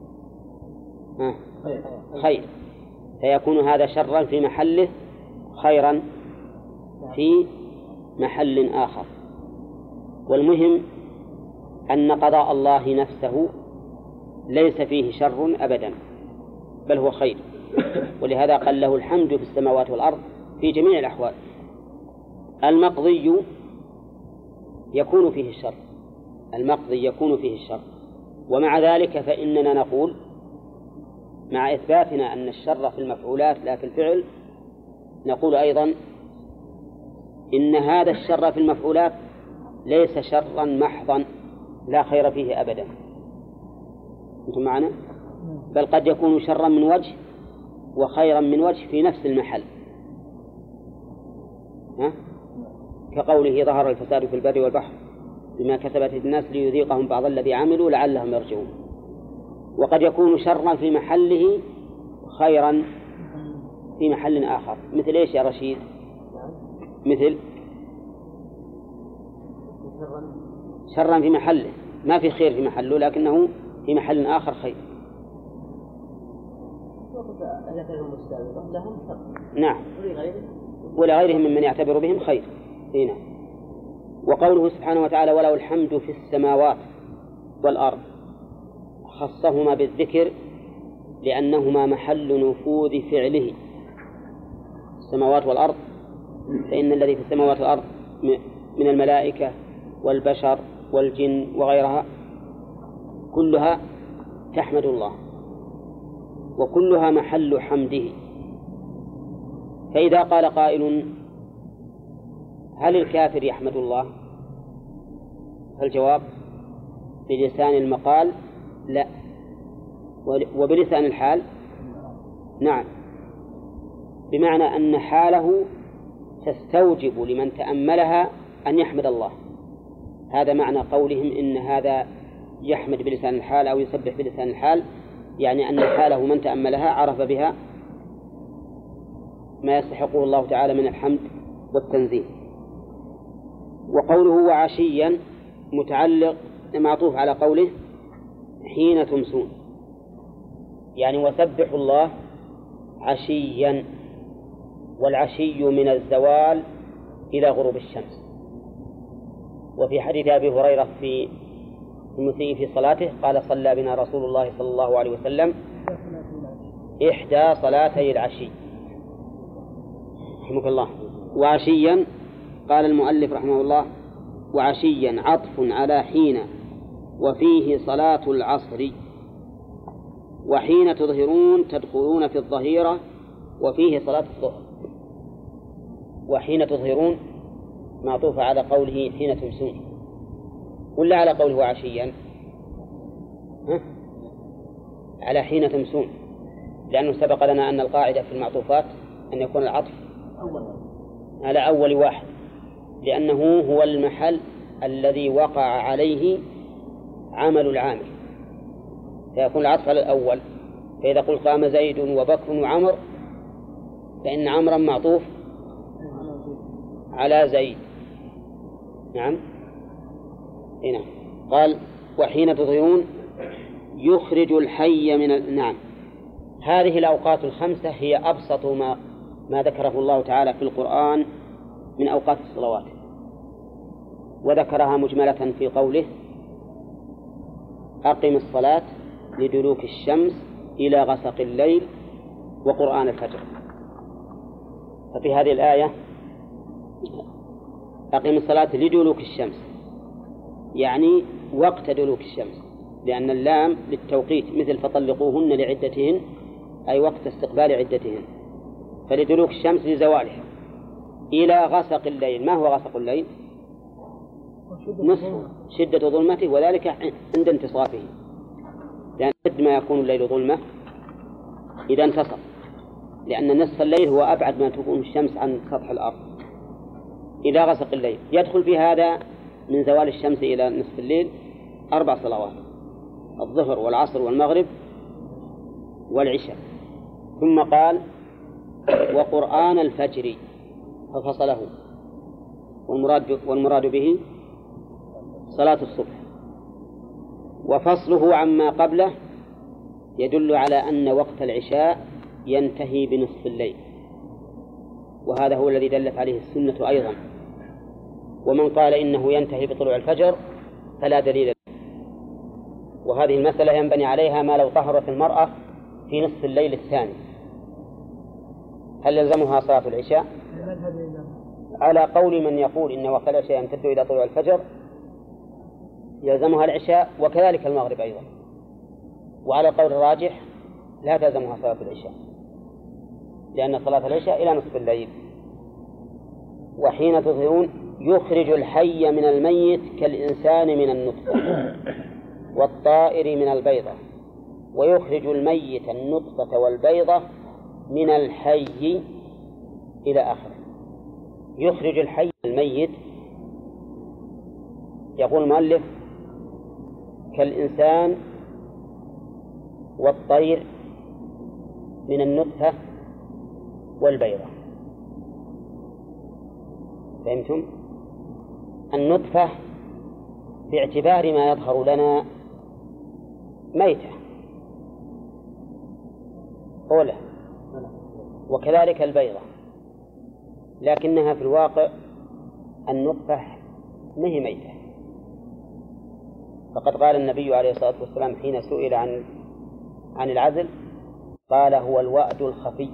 خير، فيكون هذا شرا في محله خيرا في محل آخر. والمهم أن قضاء الله نفسه ليس فيه شر أبدا، بل هو خير، ولهذا قال له الحمد في السماوات والأرض في جميع الأحوال. المقضي يكون فيه الشر، المقضي يكون فيه الشر، ومع ذلك فإننا نقول مع إثباتنا أن الشر في المفعولات لا في الفعل، نقول أيضا إن هذا الشر في المفعولات ليس شرا محضا لا خير فيه أبدا. أنتم معنا؟ بل قد يكون شرا من وجه وخيرا من وجه في نفس المحل. ها؟ كقوله ظهر الفساد في البر والبحر بما كسبت الناس ليذيقهم بعض الذي عملوا لعلهم يرجعون. وقد يكون شرا في محله خيرا في محل آخر. مثل إيش يا رشيد؟ مثل شرا في محله، ما في خير في محله لكنه في محل آخر خير. نعم، ولغيرهم ممن يعتبر بهم خير. هنا وقوله سبحانه وتعالى وله الحمد في السماوات والأرض خصهما بالذكر لأنهما محل نفوذ فعله. السماوات والأرض، فإن الذي في السماوات والأرض من الملائكة والبشر والجن وغيرها كلها تحمد الله وكلها محل حمده. فإذا قال قائل هل الكافر يحمد الله؟ فالجواب بلسان المقال لا، وبلسان الحال نعم، بمعنى أن حاله تستوجب لمن تأملها أن يحمد الله. هذا معنى قولهم إن هذا يحمد بلسان الحال أو يسبح بلسان الحال، يعني أن حاله من تأملها عرف بها ما يستحقه الله تعالى من الحمد والتنزيه. وقوله وعشيا متعلق معطوف على قوله حين تمسون، يعني وسبحوا الله عشيا، والعشي من الزوال إلى غروب الشمس. وفي حديث أبي هريرة في المسيء في صلاته قال صلى بنا رسول الله صلى الله عليه وسلم إحدى صلاتي العشي. رحمك الله. وعشيا قال المؤلف رحمه الله وعشيا عطف على حين وفيه صلاة العصر، وحين تظهرون تدخلون في الظهيرة وفيه صلاة الظهر. وحين تظهرون معطوف على قوله حين تمسون ولا على قوله وعشيا؟ ها؟ على حين تمسون، لأنه سبق لنا أن القاعدة في المعطوفات أن يكون العطف على أول واحد، لأنه هو المحل الذي وقع عليه عمل العامل، فيكون العطف على الأول. فإذا قل قام زيد وبكر وعمر فإن عمرا معطوف على زيد. نعم هنا قال وحين تظهرون يخرج الحي من ال... نعم، هذه الأوقات الخمسة هي أبسط ما ما ذكره الله تعالى في القرآن من أوقات الصلوات، وذكرها مجملة في قوله أقم الصلاة لدلوك الشمس إلى غسق الليل وقرآن الفجر. ففي هذه الآية أقم الصلاة لدلوك الشمس، يعني وقت دلوك الشمس، لأن اللام للتوقيت مثل فطلقوهن لعدتهن أي وقت استقبال عدتهن، فلدلوك الشمس لزوالها إلى غسق الليل. ما هو غسق الليل؟ نصف شدة ظلمته، وذلك عند انتصافه، لأن قد ما يكون الليل ظلمة إذا انتصف، لأن نصف الليل هو أبعد ما تكون الشمس عن سطح الأرض. إلى غسق الليل يدخل في هذا من زوال الشمس إلى نصف الليل أربع صلوات: الظهر والعصر والمغرب والعشاء. ثم قال وقرآن الفجر ففصله، والمراد, والمراد به صلاة الصبح. وفصله عما قبله يدل على أن وقت العشاء ينتهي بنصف الليل، وهذا هو الذي دلت عليه السنة أيضا. ومن قال إنه ينتهي بطلوع الفجر فلا دليل له. وهذه المسألة ينبني عليها ما لو طهرت المرأة في نصف الليل الثاني، هل يلزمها صلاة العشاء؟ على قول من يقول إن وقت العشاء يمتد إلى طلوع الفجر يلزمها العشاء وكذلك المغرب أيضا. وعلى القول الراجح لا تلزمها صلاة العشاء، لأن صلاة العشاء إلى نصف الليل. وحين تظهرون يخرج الحي من الميت كالإنسان من النطفة والطائر من البيضة، ويخرج الميت النطفة والبيضة من الحي إلى آخره. يخرج الحي الميت، يقول المؤلف كالإنسان والطير من النطفة والبيضة. فهمتم؟ النطفة باعتبار ما يظهر لنا ميتة أولى، وكذلك البيضة، لكنها في الواقع النطفة ما هي ميتة. فقد قال النبي عليه الصلاة والسلام حين سئل عن عن العزل قال هو الوأد الخفي،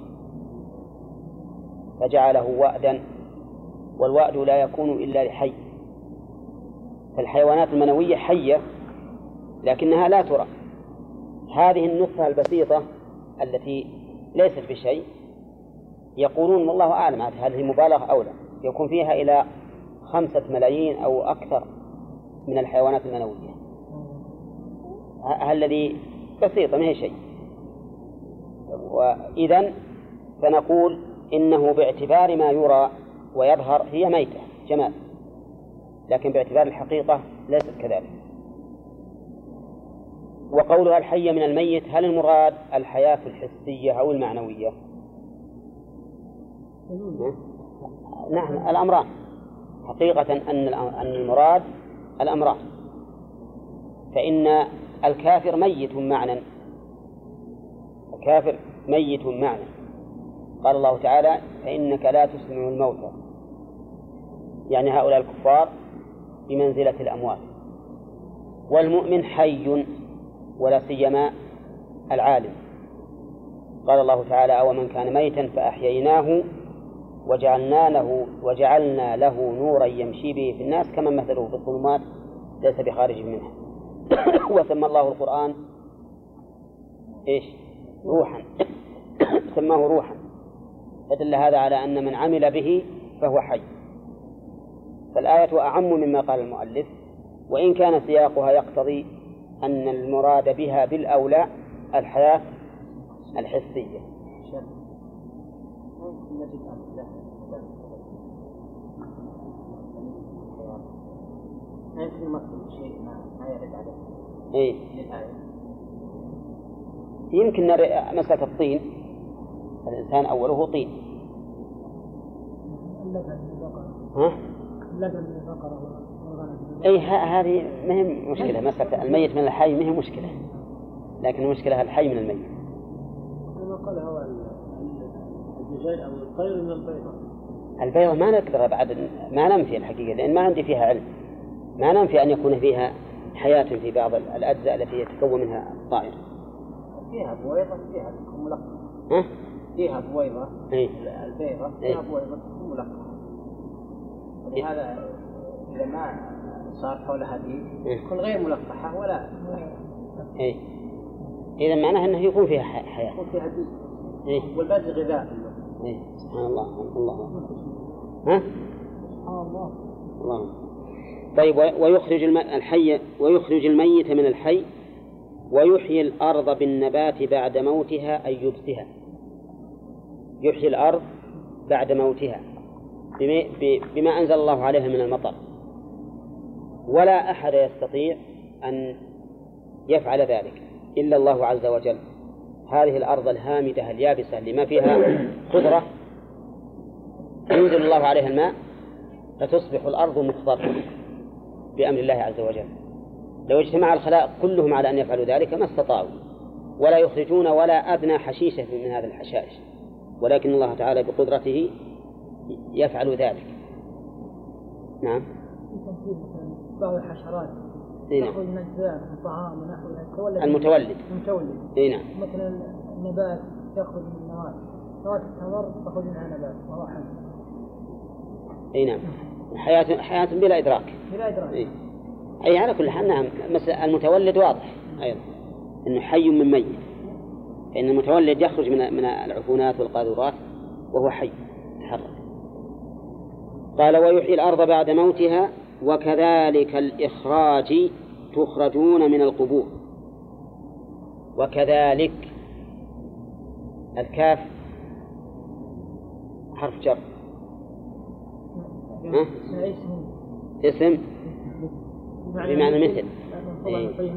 فجعله وأدا، والوأد لا يكون إلا لحي. فالحيوانات المنوية حية لكنها لا ترى. هذه النطفة البسيطة التي ليست بشيء يقولون والله أعلم هذه مبالغة أو لا، يكون فيها إلى خمسة ملايين أو أكثر من الحيوانات المنوية، الذي بسيطة ما هي شيء. وإذن فنقول إنه باعتبار ما يرى ويظهر هي ميتة جمال، لكن باعتبار الحقيقة ليست كذلك. وقولها الحي من الميت، هل المراد الحياة الحسية أو المعنوية؟ نعم الأمران، حقيقة أن أن المراد الأمران، فإن الكافر ميت معنى، الكافر ميت معنى. قال الله تعالى فإنك لا تسمع الموتى، يعني هؤلاء الكفار بمنزلة الأموات. والمؤمن حي ولا سيما العالم. قال الله تعالى أو من كان ميتا فأحييناه وجعلنا له وجعلنا له نورا يمشي به في الناس كمن مثله في الظلمات ليس بخارج منها. وسمى الله القرآن إيش؟ روحا، سماه روحا، فدل هذا على أن من عمل به فهو حي. فالآية أعم مما قال المؤلف، وإن كان سياقها يقتضي أن المراد بها بالأولى الحياة الحسية. إيه؟ يمكن مسألة الطين، الإنسان أوله طين. ها؟ أي هذه ما هي مشكلة، مسألة الميت من الحي ما هي مشكلة، لكن المشكلة الحي من الميت. كما قال هو الدجاج أو الطير من البيضة. البيضة ما نقدر بعد ما ننفي الحقيقة، لأن ما عندي فيها علم، ما ننفي أن يكون فيها حياة في بعض الأجزاء التي يتكون منها الطائر. فيها بويضة فيها تكون ملقحة. ها؟ فيها بويضة. إيه؟ البيضة فيها بويضة تكون ملقحة. ولهذا إذا ما صار حولها دي تكون غير ملقحة ولا. إيه؟ إذا معناه أنه يكون فيها حياة. يكون فيها جزء. إيه؟ والباقي غذاء. إيه؟ سبحان الله. الله. ها؟ سبحان الله. الله. طيب ويخرج الحي ويخرج الميت من الحي ويحيي الأرض بالنبات بعد موتها أي يبسها. يحيي الأرض بعد موتها بما أنزل الله عليها من المطر، ولا أحد يستطيع أن يفعل ذلك إلا الله عز وجل. هذه الأرض الهامدة اليابسة لما فيها قدرة ينزل الله عليها الماء فتصبح الأرض مخضرة بأمر الله عز وجل. لو اجتمع الخلائق كلهم على أن يفعلوا ذلك ما استطاعوا، ولا يخرجون ولا أدنى حشيشة من هذه الحشائش، ولكن الله تعالى بقدرته يفعل ذلك. نعم. بعض الحشرات تأخذ من الزام الطعام ونحو المتولد. المتولد. إيه نعم. مثلا النبات يأخذ من النواه، نواه التمر تأخذ منها نبات وهو حي. إيه نعم. حياة حياة بلا إدراك. بلا إدراك. إيه. أي على كل حال نعم. مثل المتولد واضح أيضا إنه حي من ميت. فإن المتولد يخرج من من العفونات والقاذورات وهو حي يتحرك. قال ويحيي الأرض بعد موتها وكذلك الإخراج تخرجون من القبور. وكذلك الكاف حرف جر ها؟ اسم بمعنى مثل إيه.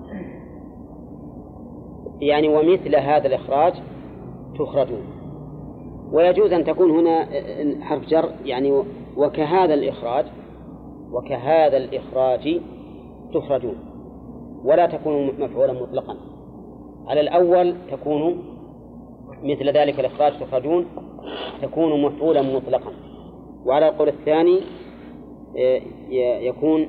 يعني ومثل هذا الإخراج تخرجون. ويجوز أن تكون هنا حرف جر يعني وكهذا الإخراج وكهذا الإخراج تخرجون، ولا تكون مفعولا مطلقا. على الأول تكون مثل ذلك الإخراج تخرجون تكون مفعولا مطلقا، وعلى القول الثاني يكون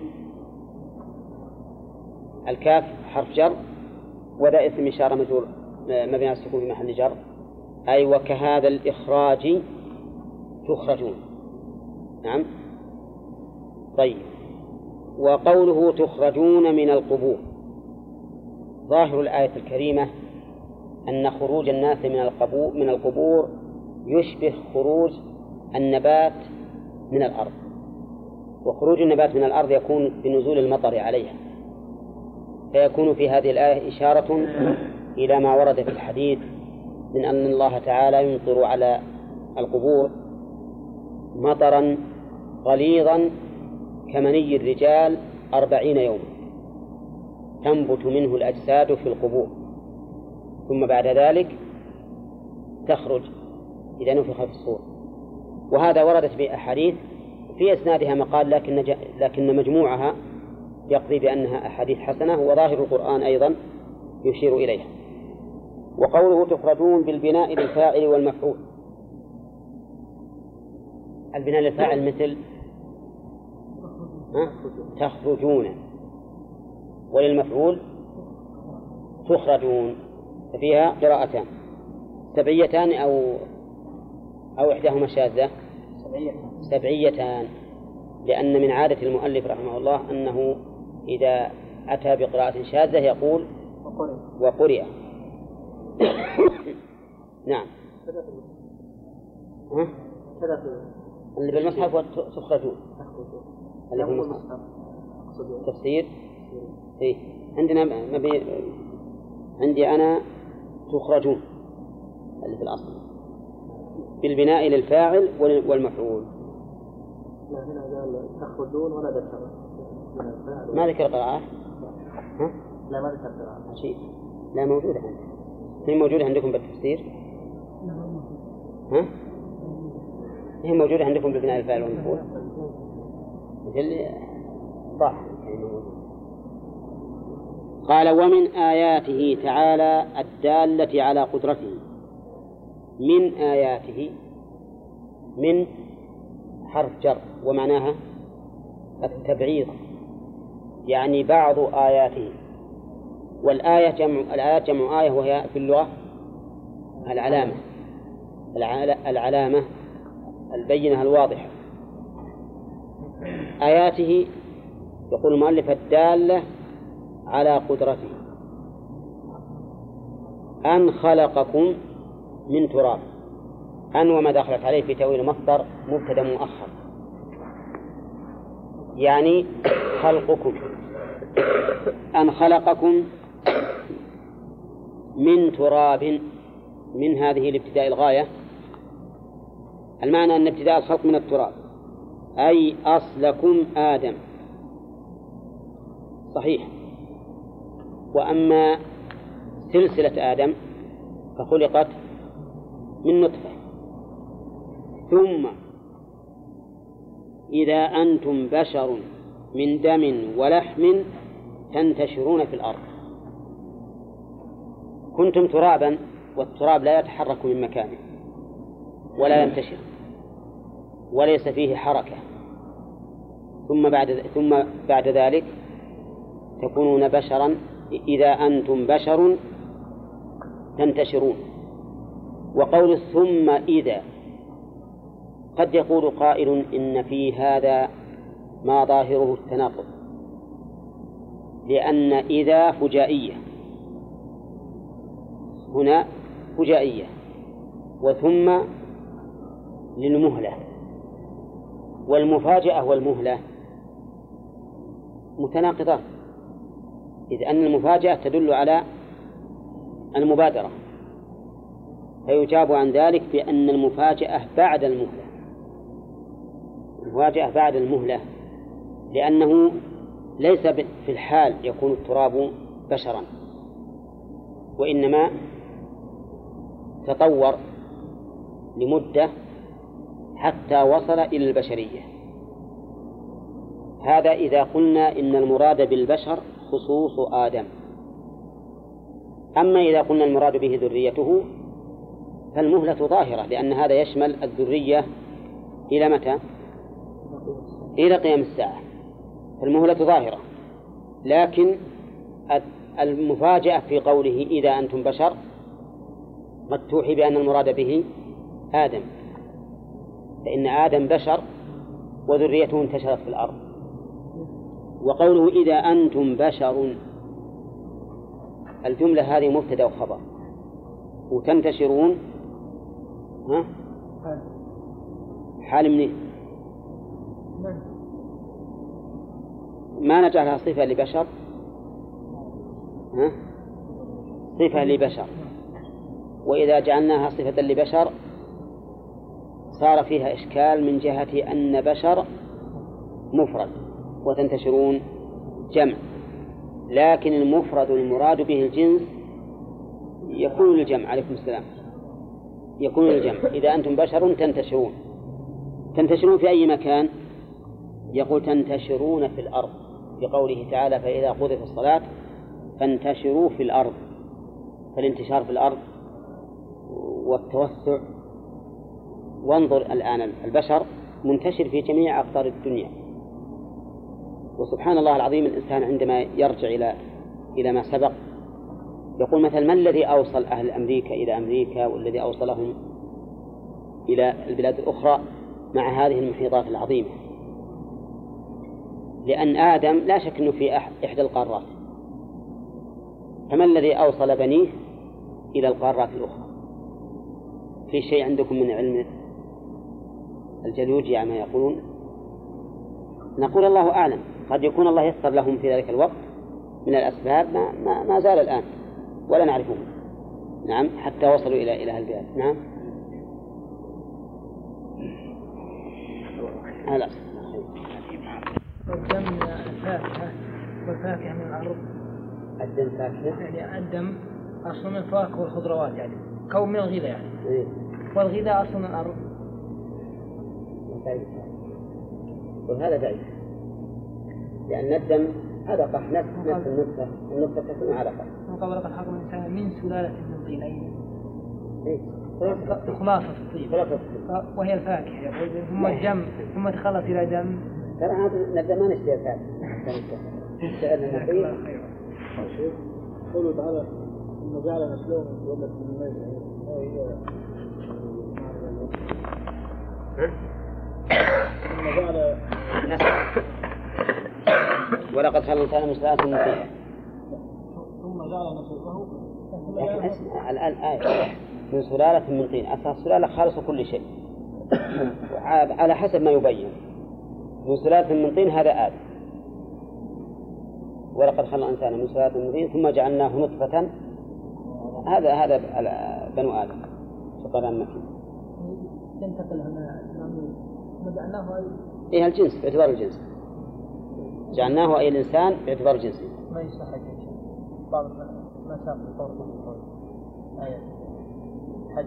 الكاف حرف جر وذا اسم إشارة مجرور مبني على السكون في محل جر، أي وكهذا الإخراج تخرجون. نعم. طيب، وقوله تخرجون من القبور، ظاهر الآية الكريمة أن خروج الناس من القبور من القبور يشبه خروج النبات من الأرض، وخروج النبات من الأرض يكون بنزول المطر عليها، فيكون في هذه الآية إشارة إلى ما ورد في الحديث من أن الله تعالى يمطر على القبور مطرا غليظا كمني الرجال أربعين يوما تنبت منه الأجساد في القبور، ثم بعد ذلك تخرج إذا نفخ في الصور. وهذا وردت بأحاديث في إسنادها مقال، لكن لكن مجموعها يقضي بأنها أحاديث حسنة، وظاهر القرآن أيضا يشير إليها. وقوله تخرجون بالبناء للفاعل والمفعول، البناء للفاعل مثل تخرجون، وللمفعول تخرجون، ففيها قراءتان سبعيتان أو أو إحداهما شاذة سبعيتان، لأن من عادة المؤلف رحمه الله أنه إذا أتى بقراءة شاذة يقول وقرئ. نعم. ها؟ اللي بالمصحف تخرجون اللي في المصحف تفسير إيه؟ عندنا مبي... عندي أنا تخرجون اللي في الأصل بالبناء للفاعل والمفعول. لا هنا قال تخرجون ولا ذكر ما ذكر قراءة. ها؟ لا ما ذكر قراءة شيء لا موجودة عندي. هي موجودة عندكم بالتفسير؟ ها؟ هي موجودة عندكم بالبناء للفاعل والمفعول؟ مثل ضاع. قال ومن آياته تعالى الدالة على قدرته. من آياته، من حرف جر ومعناها التبعيض، يعني بعض آياته. والآية جمع الآيات جمع آية، وهي في اللغة العلامة العلامة البينة الواضحة. آياته يقول المؤلف الدالة على قدرته، أن خلقكم من تراب. أن وما دخلت عليه في تأويل مصدر مبتدأ مؤخر، يعني خلقكم. أن خلقكم من تراب، من هذه الابتداء الغاية، المعنى أن ابتداء الخلق من التراب، أي أصلكم آدم. صحيح. وأما سلسلة آدم فخلقت من نطفة، ثم إذا أنتم بشر من دم ولحم تنتشرون في الأرض. كنتم ترابا، والتراب لا يتحرك من مكانه ولا ينتشر وليس فيه حركة، ثم بعد ثم بعد ذلك تكونون بشرا. إذا أنتم بشر تنتشرون. وقول ثم إذا، قد يقول قائل إن في هذا ما ظاهره التناقض، لأن إذا فجائية هنا فجائية وثم للمهلة، والمفاجأة والمهلة متناقضان، إذ أن المفاجأة تدل على المبادرة، فيجاب عن ذلك بأن المفاجأة بعد المهلة، المفاجأة بعد المهلة، لأنه ليس في الحال يكون التراب بشرا، وإنما تطور لمدة حتى وصل إلى البشرية. هذا إذا قلنا إن المراد بالبشر خصوص آدم. أما إذا قلنا المراد به ذريته فالمهلة ظاهرة، لأن هذا يشمل الذرية إلى متى؟ إلى قيام الساعة، فالمهلة ظاهرة. لكن المفاجأة في قوله إذا أنتم بشر قد توحي بأن المراد به آدم، فإن آدم بشر وذريته انتشرت في الأرض. وقوله إذا أنتم بشر، الجملة هذه مبتدأ وخبر، وتنتشرون ها؟ حال منه ما نجعلها صفة لبشر، ها؟ صفة لبشر، وإذا جعلناها صفة لبشر صار فيها إشكال من جهة أن بشر مفرد وتنتشرون جمع، لكن المفرد المراد به الجنس يكون للجمع. عليكم السلام. يكون للجمع. إذا أنتم بشر تنتشرون، تنتشرون في أي مكان؟ يقول تنتشرون في الأرض، بقوله تعالى فإذا قضيت الصلاة فانتشروا في الأرض، فالانتشار في الأرض والتوسع. وانظر الآن البشر منتشر في جميع أقطار الدنيا، وسبحان الله العظيم الإنسان عندما يرجع إلى إلى ما سبق يقول مثلا ما الذي أوصل أهل أمريكا إلى أمريكا والذي أوصلهم إلى البلاد الأخرى مع هذه المحيطات العظيمة؟ لأن آدم لا شك أنه في إحدى القارات، فما الذي أوصل بنيه إلى القارات الأخرى؟ في شيء عندكم من علم الجيولوجيا ما يقولون؟ نقول الله أعلم، قد يكون الله يسر لهم في ذلك الوقت من الأسباب ما, ما, ما زال الآن ولا نعرفه. نعم، حتى وصلوا إلى إلى البلاد. نعم. هلا. الدم الفاكهة والفاكهة من الأرض. الدم فاكهة. يعني الدم أصل من الفواكه والخضروات، يعني كون من الغذاء يعني. إيه. والغذاء أصل من الأرض. ضعيف. وهذا ضعيف، لأن الدم علقة، نفس نفس النطفة، النطفة تكون علقة. وقبل قد حكم الإنسان من سلالة من طين. أي. إيه. خلاصة الطين. خلاصة الطين. وهي الفاكهة، يقول ثم الدم ثم تخلص إلى دم. ترى هذا نبدأ ما نشتري الفاكهة. سألنا نقيل. قوله تعالى إنه جعل نسلهم ولا في الميت. إنه جعل نسل. ولقد خلق الإنسان من سلالة من طين. ثم جعل نسله. لكن اسمع الآن آية من سلالة من طين، أصل السلالة خالص كل شيء على حسب ما يبين. من سلالة من طين هذا آدم، ولقد خلق الإنسان من سلالة من طين ثم جعلناه نطفة، هذا هذا بنو آدم شقرا مكين. ينتقل هنا ثم جعلناه أي. إيه الجنس باعتبار الجنس، جعلناه أي الإنسان باعتبار الجنس. ما يصح شيء. بعض ما ساق القول بالقول. آية حج.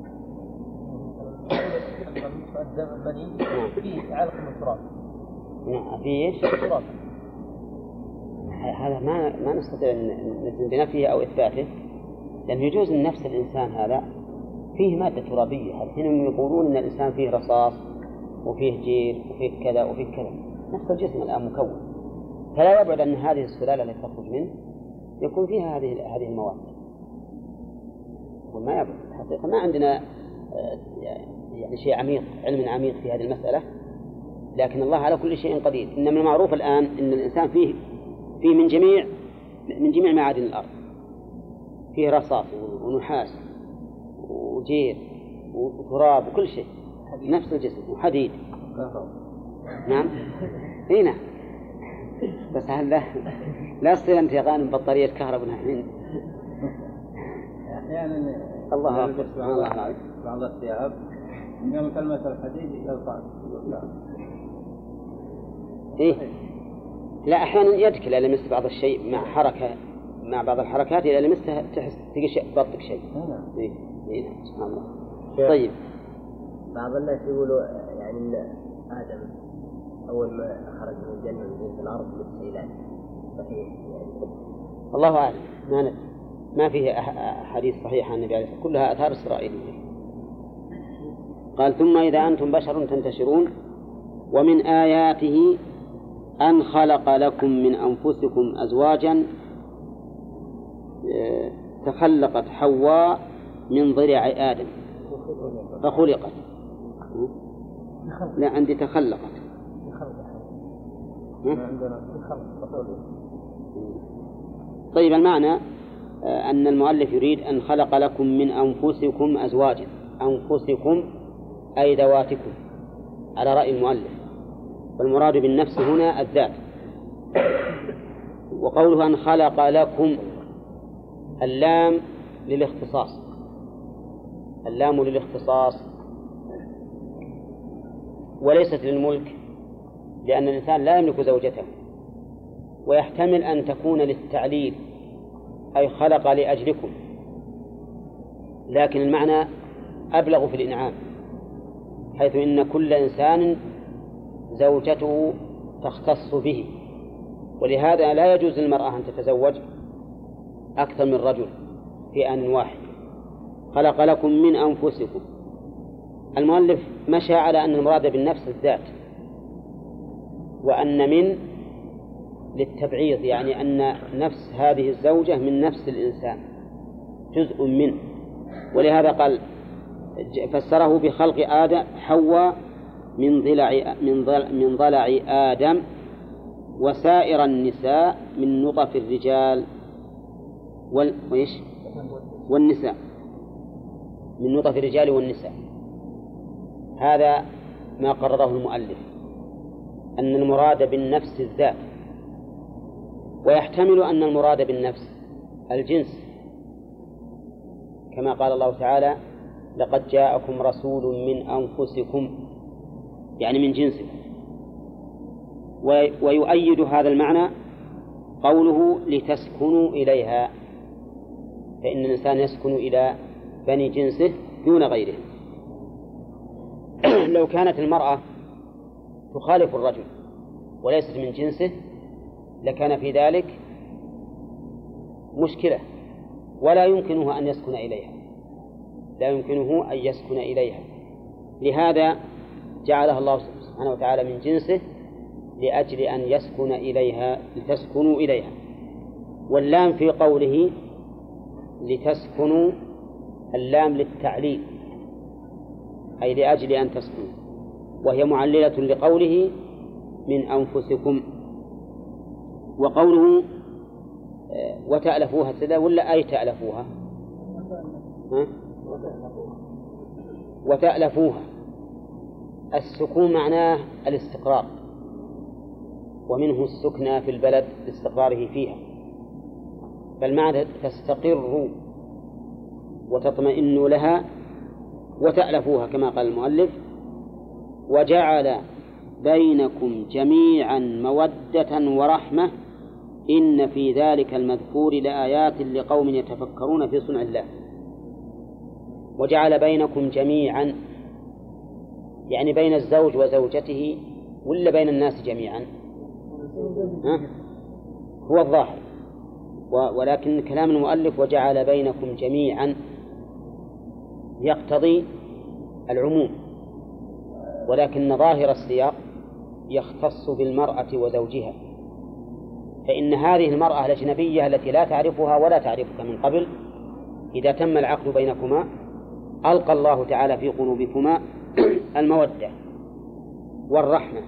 الدم البني فيه علق من التراب. نعم فيه إيش؟ التراب. هذا ما ما نستطيع أن نجزم بنفيه أو إثباته، لأن يجوز أن نفس الإنسان هذا فيه مادة ترابية. الحين يقولون أن الإنسان فيه رصاص وفيه جير وفيه كذا وفيه كذا، نفس الجسم الآن مكون، فلا يبعد أن هذه السلالة التي تخرج منه يكون فيها هذه هذه المواد، وما يبعد. حقيقة ما عندنا يعني شيء عميق، علم عميق في هذه المسألة، لكن الله على كل شيء قدير. إنما المعروف الآن أن الإنسان فيه فيه من جميع من جميع معادن الأرض، فيه رصاص ونحاس وجير وتراب وكل شيء نفس الجسم وحديد. نعم هنا بس هل لا لا يصير أنت غانم بطارية كهرباء الحين. أحيانا الله أكبر الله أعلم. بعض الثياب يوم كلمة الحديد يلقى. إيه لا أحيانا يدك إذا لمست بعض الشيء مع حركة مع بعض الحركات إذا لمستها تحس تجي شيء بطك شيء. إيه إيه سبحان الله. طيب بعض الناس يقولوا يعني إن آدم أول ما خرج من الجنة من في الأرض بالسيلات صحيح يعني. الله أعلم ما ندري ما فيه حديث صحيح عن النبي عليه الصلاة والسلام كلها آثار إسرائيلية. قال ثم إذا أنتم بشر تنتشرون ومن آياته أن خلق لكم من أنفسكم أزواجا تخلقت حواء من ضلع آدم فخلقت. لا عندي تخلقت. طيب المعنى أن المؤلف يريد أن خلق لكم من أنفسكم أزواجا. أنفسكم أي ذواتكم على رأي المؤلف والمراد بالنفس هنا الذات. وقوله أن خلق لكم اللام للاختصاص اللام للاختصاص وليست للملك لأن الإنسان لا يملك زوجته ويحتمل أن تكون للتعليل أي خلق لأجلكم لكن المعنى أبلغ في الإنعام حيث إن كل إنسان زوجته تختص به ولهذا لا يجوز للمرأة أن تتزوج أكثر من رجل في آن واحد. خلق لكم من أنفسكم. المؤلف مشى على أن المراد بالنفس الذات وأن من للتبعيض يعني أن نفس هذه الزوجة من نفس الإنسان جزء منه ولهذا قال فسره بخلق آدم حواء من ضلع من ضلع من ضلع آدم وسائر النساء من نطف الرجال وال وإيش والنساء من نطف الرجال والنساء. هذا ما قرره المؤلف أن المراد بالنفس الذات ويحتمل أن المراد بالنفس الجنس كما قال الله تعالى لقد جاءكم رسول من أنفسكم يعني من جنسكم. ويؤيد هذا المعنى قوله لتسكنوا إليها فإن الإنسان يسكن إلى بني جنسه دون غيره. لو كانت المرأة تخالف الرجل وليست من جنسه لكان في ذلك مشكلة ولا يمكنه أن يسكن إليها لا يمكنه أن يسكن إليها. لهذا جعلها الله سبحانه وتعالى من جنسه لأجل أن يسكن إليها لتسكنوا إليها. واللام في قوله لتسكنوا اللام للتعليل أي لأجل أن تسكنوا وهي معللة لقوله من أنفسكم. وقوله وتألفوها سدا ولا أي تألفوها ها؟ وتألفوها السكون معناه الاستقرار ومنه السكنى في البلد لاستقراره فيها فالمعنى تستقر وتطمئن لها وتألفوها كما قال المؤلف وجعل بينكم جميعا مودة ورحمة إن في ذلك المذكور لآيات لقوم يتفكرون في صنع الله. وجعل بينكم جميعا يعني بين الزوج وزوجته ولا بين الناس جميعا ها؟ هو الظاهر ولكن كلام المؤلف وجعل بينكم جميعا يقتضي العموم ولكن ظاهر السياق يختص بالمرأة وزوجها فإن هذه المرأة الأجنبية التي لا تعرفها ولا تعرفك من قبل إذا تم العقد بينكما ألقى الله تعالى في قلوبكما المودة والرحمة.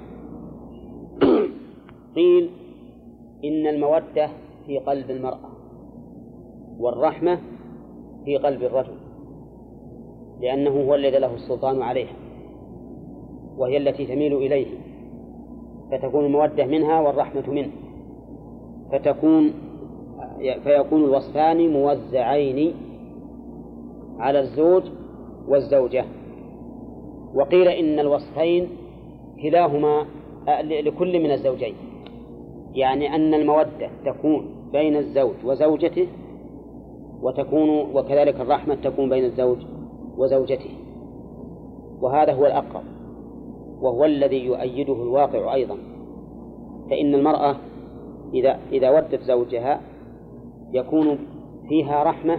قيل إن المودة في قلب المرأة والرحمة في قلب الرجل لأنه هو الذي له السلطان عليها، وهي التي تميل إليه، فتكون المودة منها والرحمة منه، فتكون فيكون الوصفان موزعين على الزوج والزوجة. وقيل إن الوصفين كلاهما لكل من الزوجين، يعني أن المودة تكون بين الزوج وزوجته، وتكون وكذلك الرحمة تكون بين الزوج وزوجته، وهذا هو الأقرب وهو الذي يؤيده الواقع أيضا. فإن المرأة إذا إذا ودت زوجها يكون فيها رحمة،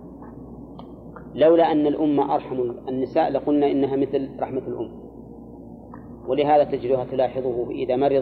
لولا أن الأم أرحم النساء لقلنا إنها مثل رحمة الأم. ولهذا تجدها تلاحظه إذا مرض،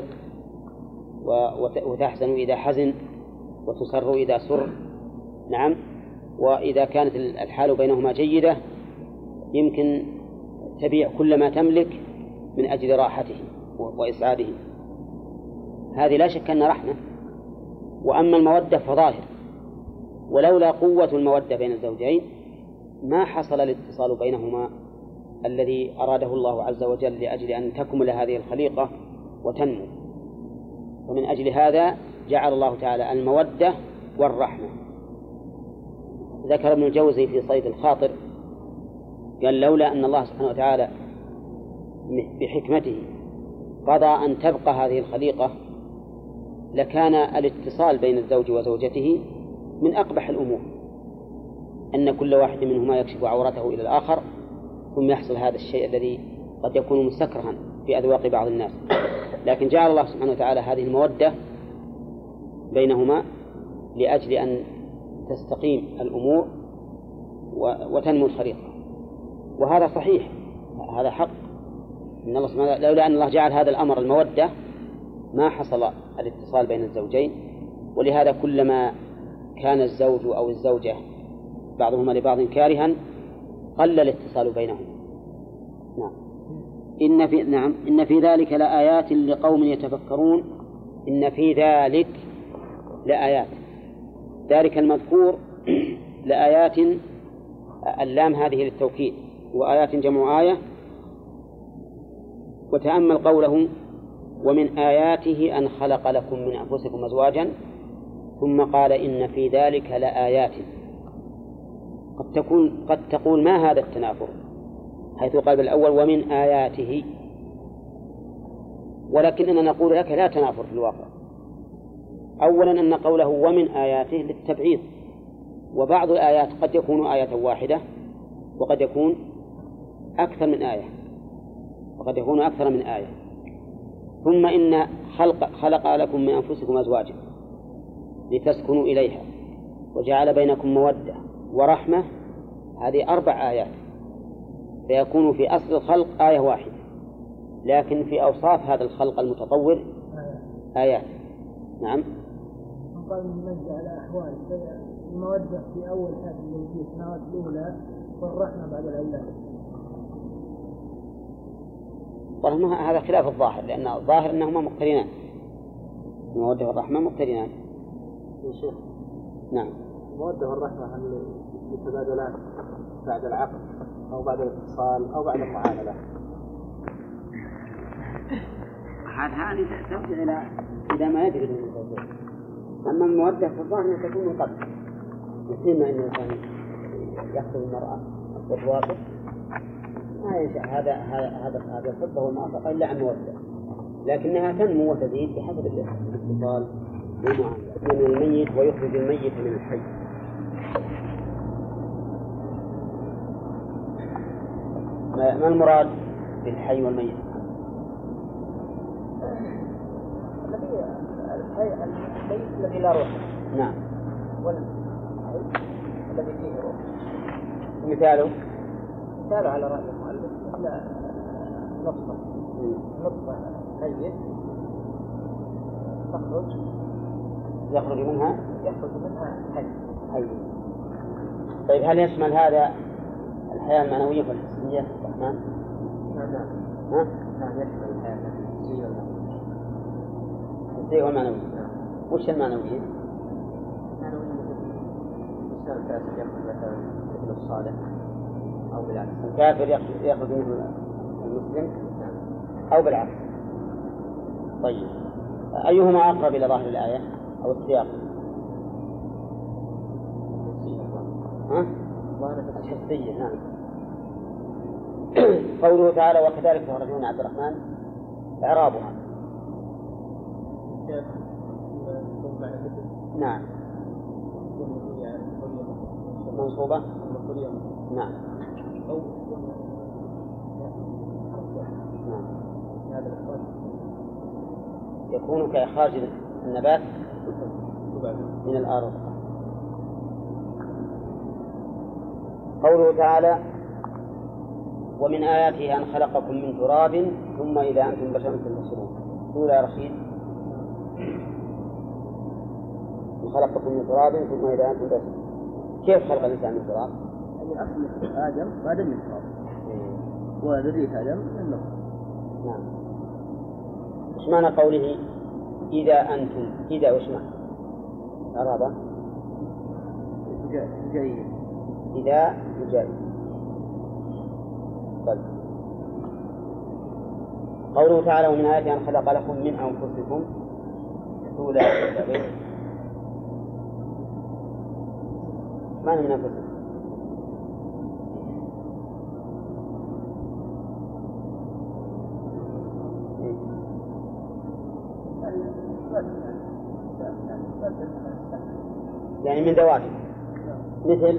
وتحزن إذا حزن، وتسر إذا سر. نعم. وإذا كانت الحال بينهما جيدة يمكن تبيع كل ما تملك من أجل راحته وإسعاده. هذه لا شك أن رحمة. وأما المودة فظاهر، ولولا قوة المودة بين الزوجين ما حصل الاتصال بينهما الذي أراده الله عز وجل لأجل أن تكمل هذه الخليقة وتنمو. ومن أجل هذا جعل الله تعالى المودة والرحمة. ذكر ابن الجوزي في صيد الخاطر قال لولا أن الله سبحانه وتعالى بحكمته قضى أن تبقى هذه الخليقة لكان الاتصال بين الزوج وزوجته من أقبح الأمور، أن كل واحد منهما يكشف عورته إلى الآخر، ثم يحصل هذا الشيء الذي قد يكون مستكرها في أذواق بعض الناس. لكن جعل الله سبحانه وتعالى هذه المودة بينهما لأجل أن تستقيم الأمور وتنمو الخليقة. وهذا صحيح، هذا حق. إن الله سبحانه لولا أن الله جعل هذا الأمر المودة ما حصل الاتصال بين الزوجين. ولهذا كلما كان الزوج أو الزوجة بعضهما لبعض كارها قل الاتصال بينهم. نعم. إن في نعم إن في ذلك لآيات لقوم يتفكرون. إن في ذلك لآيات، ذلك المذكور لآيات، اللام هذه للتوكيد، وآيات جمع آية. وتأمل قوله ومن آياته أن خلق لكم من أنفسكم أزواجا، ثم قال إن في ذلك لآيات. قد تكون قد تقول ما هذا التنافر، حيث قال بالأول ومن آياته، ولكننا نقول لك لا تنافر في الواقع. أولا أن قوله ومن آياته للتبعيض، وبعض الآيات قد يكون آية واحدة وقد يكون أكثر من آية وقد يكون أكثر من آية. ثم إن خلق, خلق لكم من أنفسكم أزواجا لتسكنوا إليها وجعل بينكم مودة ورحمة، هذه أربع آيات، فيكون في أصل الخلق آية واحدة، لكن في أوصاف هذا الخلق المتطور آيات. نعم. قال من على أحوال المودة في أول حال اللي في السنوات الأولى والرحمة بعد الأولاد. طبعا هذا خلاف الظاهر، لأن الظاهر أنهما مقترنان، المودة والرحمة مقترنان. نعم. المودة والرحمة هل يتبادلان بعد العقد أو بعد الاتصال أو بعد المعاملة؟ هذه ترجع إلى إذا ما يدري من الزوجين. أما المودة في الظاهر أنها تكون من قبل، مثل ما أن الإنسان يأخذ المرأة والواقف ما ينشأ هذا هذا هذا هذا الحب والموافقة إلا عن مودة، لكنها تنمو وتزيد بحسب الاتصال والمعاملة. من الميت ويخرج الميت من الحي. ما المراد بالحي والميت؟ الميت الذي لا روح. نعم. والحي الذي فيه روح. مثاله؟ مثاله على رأي المؤلف مثل نطفة نطفة ميت تخرج يخرج منها يخرج منها حي. حي. طيب هل يشمل هذا الحياة المعنوية والحسية الرحمن؟ نعم. ها؟ نعم يشمل الحياة الحسية والمعنوية. الحسية والمعنوية. وش المعنوية؟ المعنوية مثل الإنسان فاسد يخرج مثلا ابن الصالح أو بالعكس. الكافر يأخذ منه المسلم أو بالعكس. طيب أيهما أقرب إلى ظاهر الآية أو السياق؟ ها؟ الحسية. نعم. قوله تعالى وكذلك تخرجون عبد الرحمن إعرابها. نعم. منصوبة. نعم. نعم. يكون كإخراج النبات من الأرض. قوله تعالى ومن آياته أن خلقكم من تراب ثم إذا أنتم بشر تنتصرون. قول يا رشيد خلقكم من تراب ثم إذا أنتم بشر. كيف خلق الإنسان من تراب؟ يعني أصل آدم آدم من تراب وذرية آدم من نطفة. نعم. إيش معنى قوله إذا أنتم؟ إذا وش معنى؟ عربة جاي إذا جاي. طيب قوله تعالى ومن آياته أن خلق لكم من أنفسكم أولى معنى من أنفسكم؟ يعني من ذواتكم مثل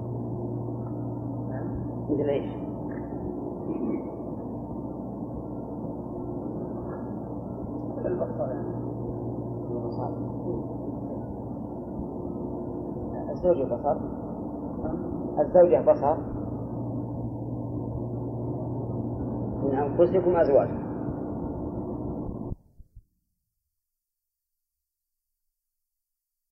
مثل ايش؟ الزوجة بصر الزوجة بصر من أنفسكم أزواج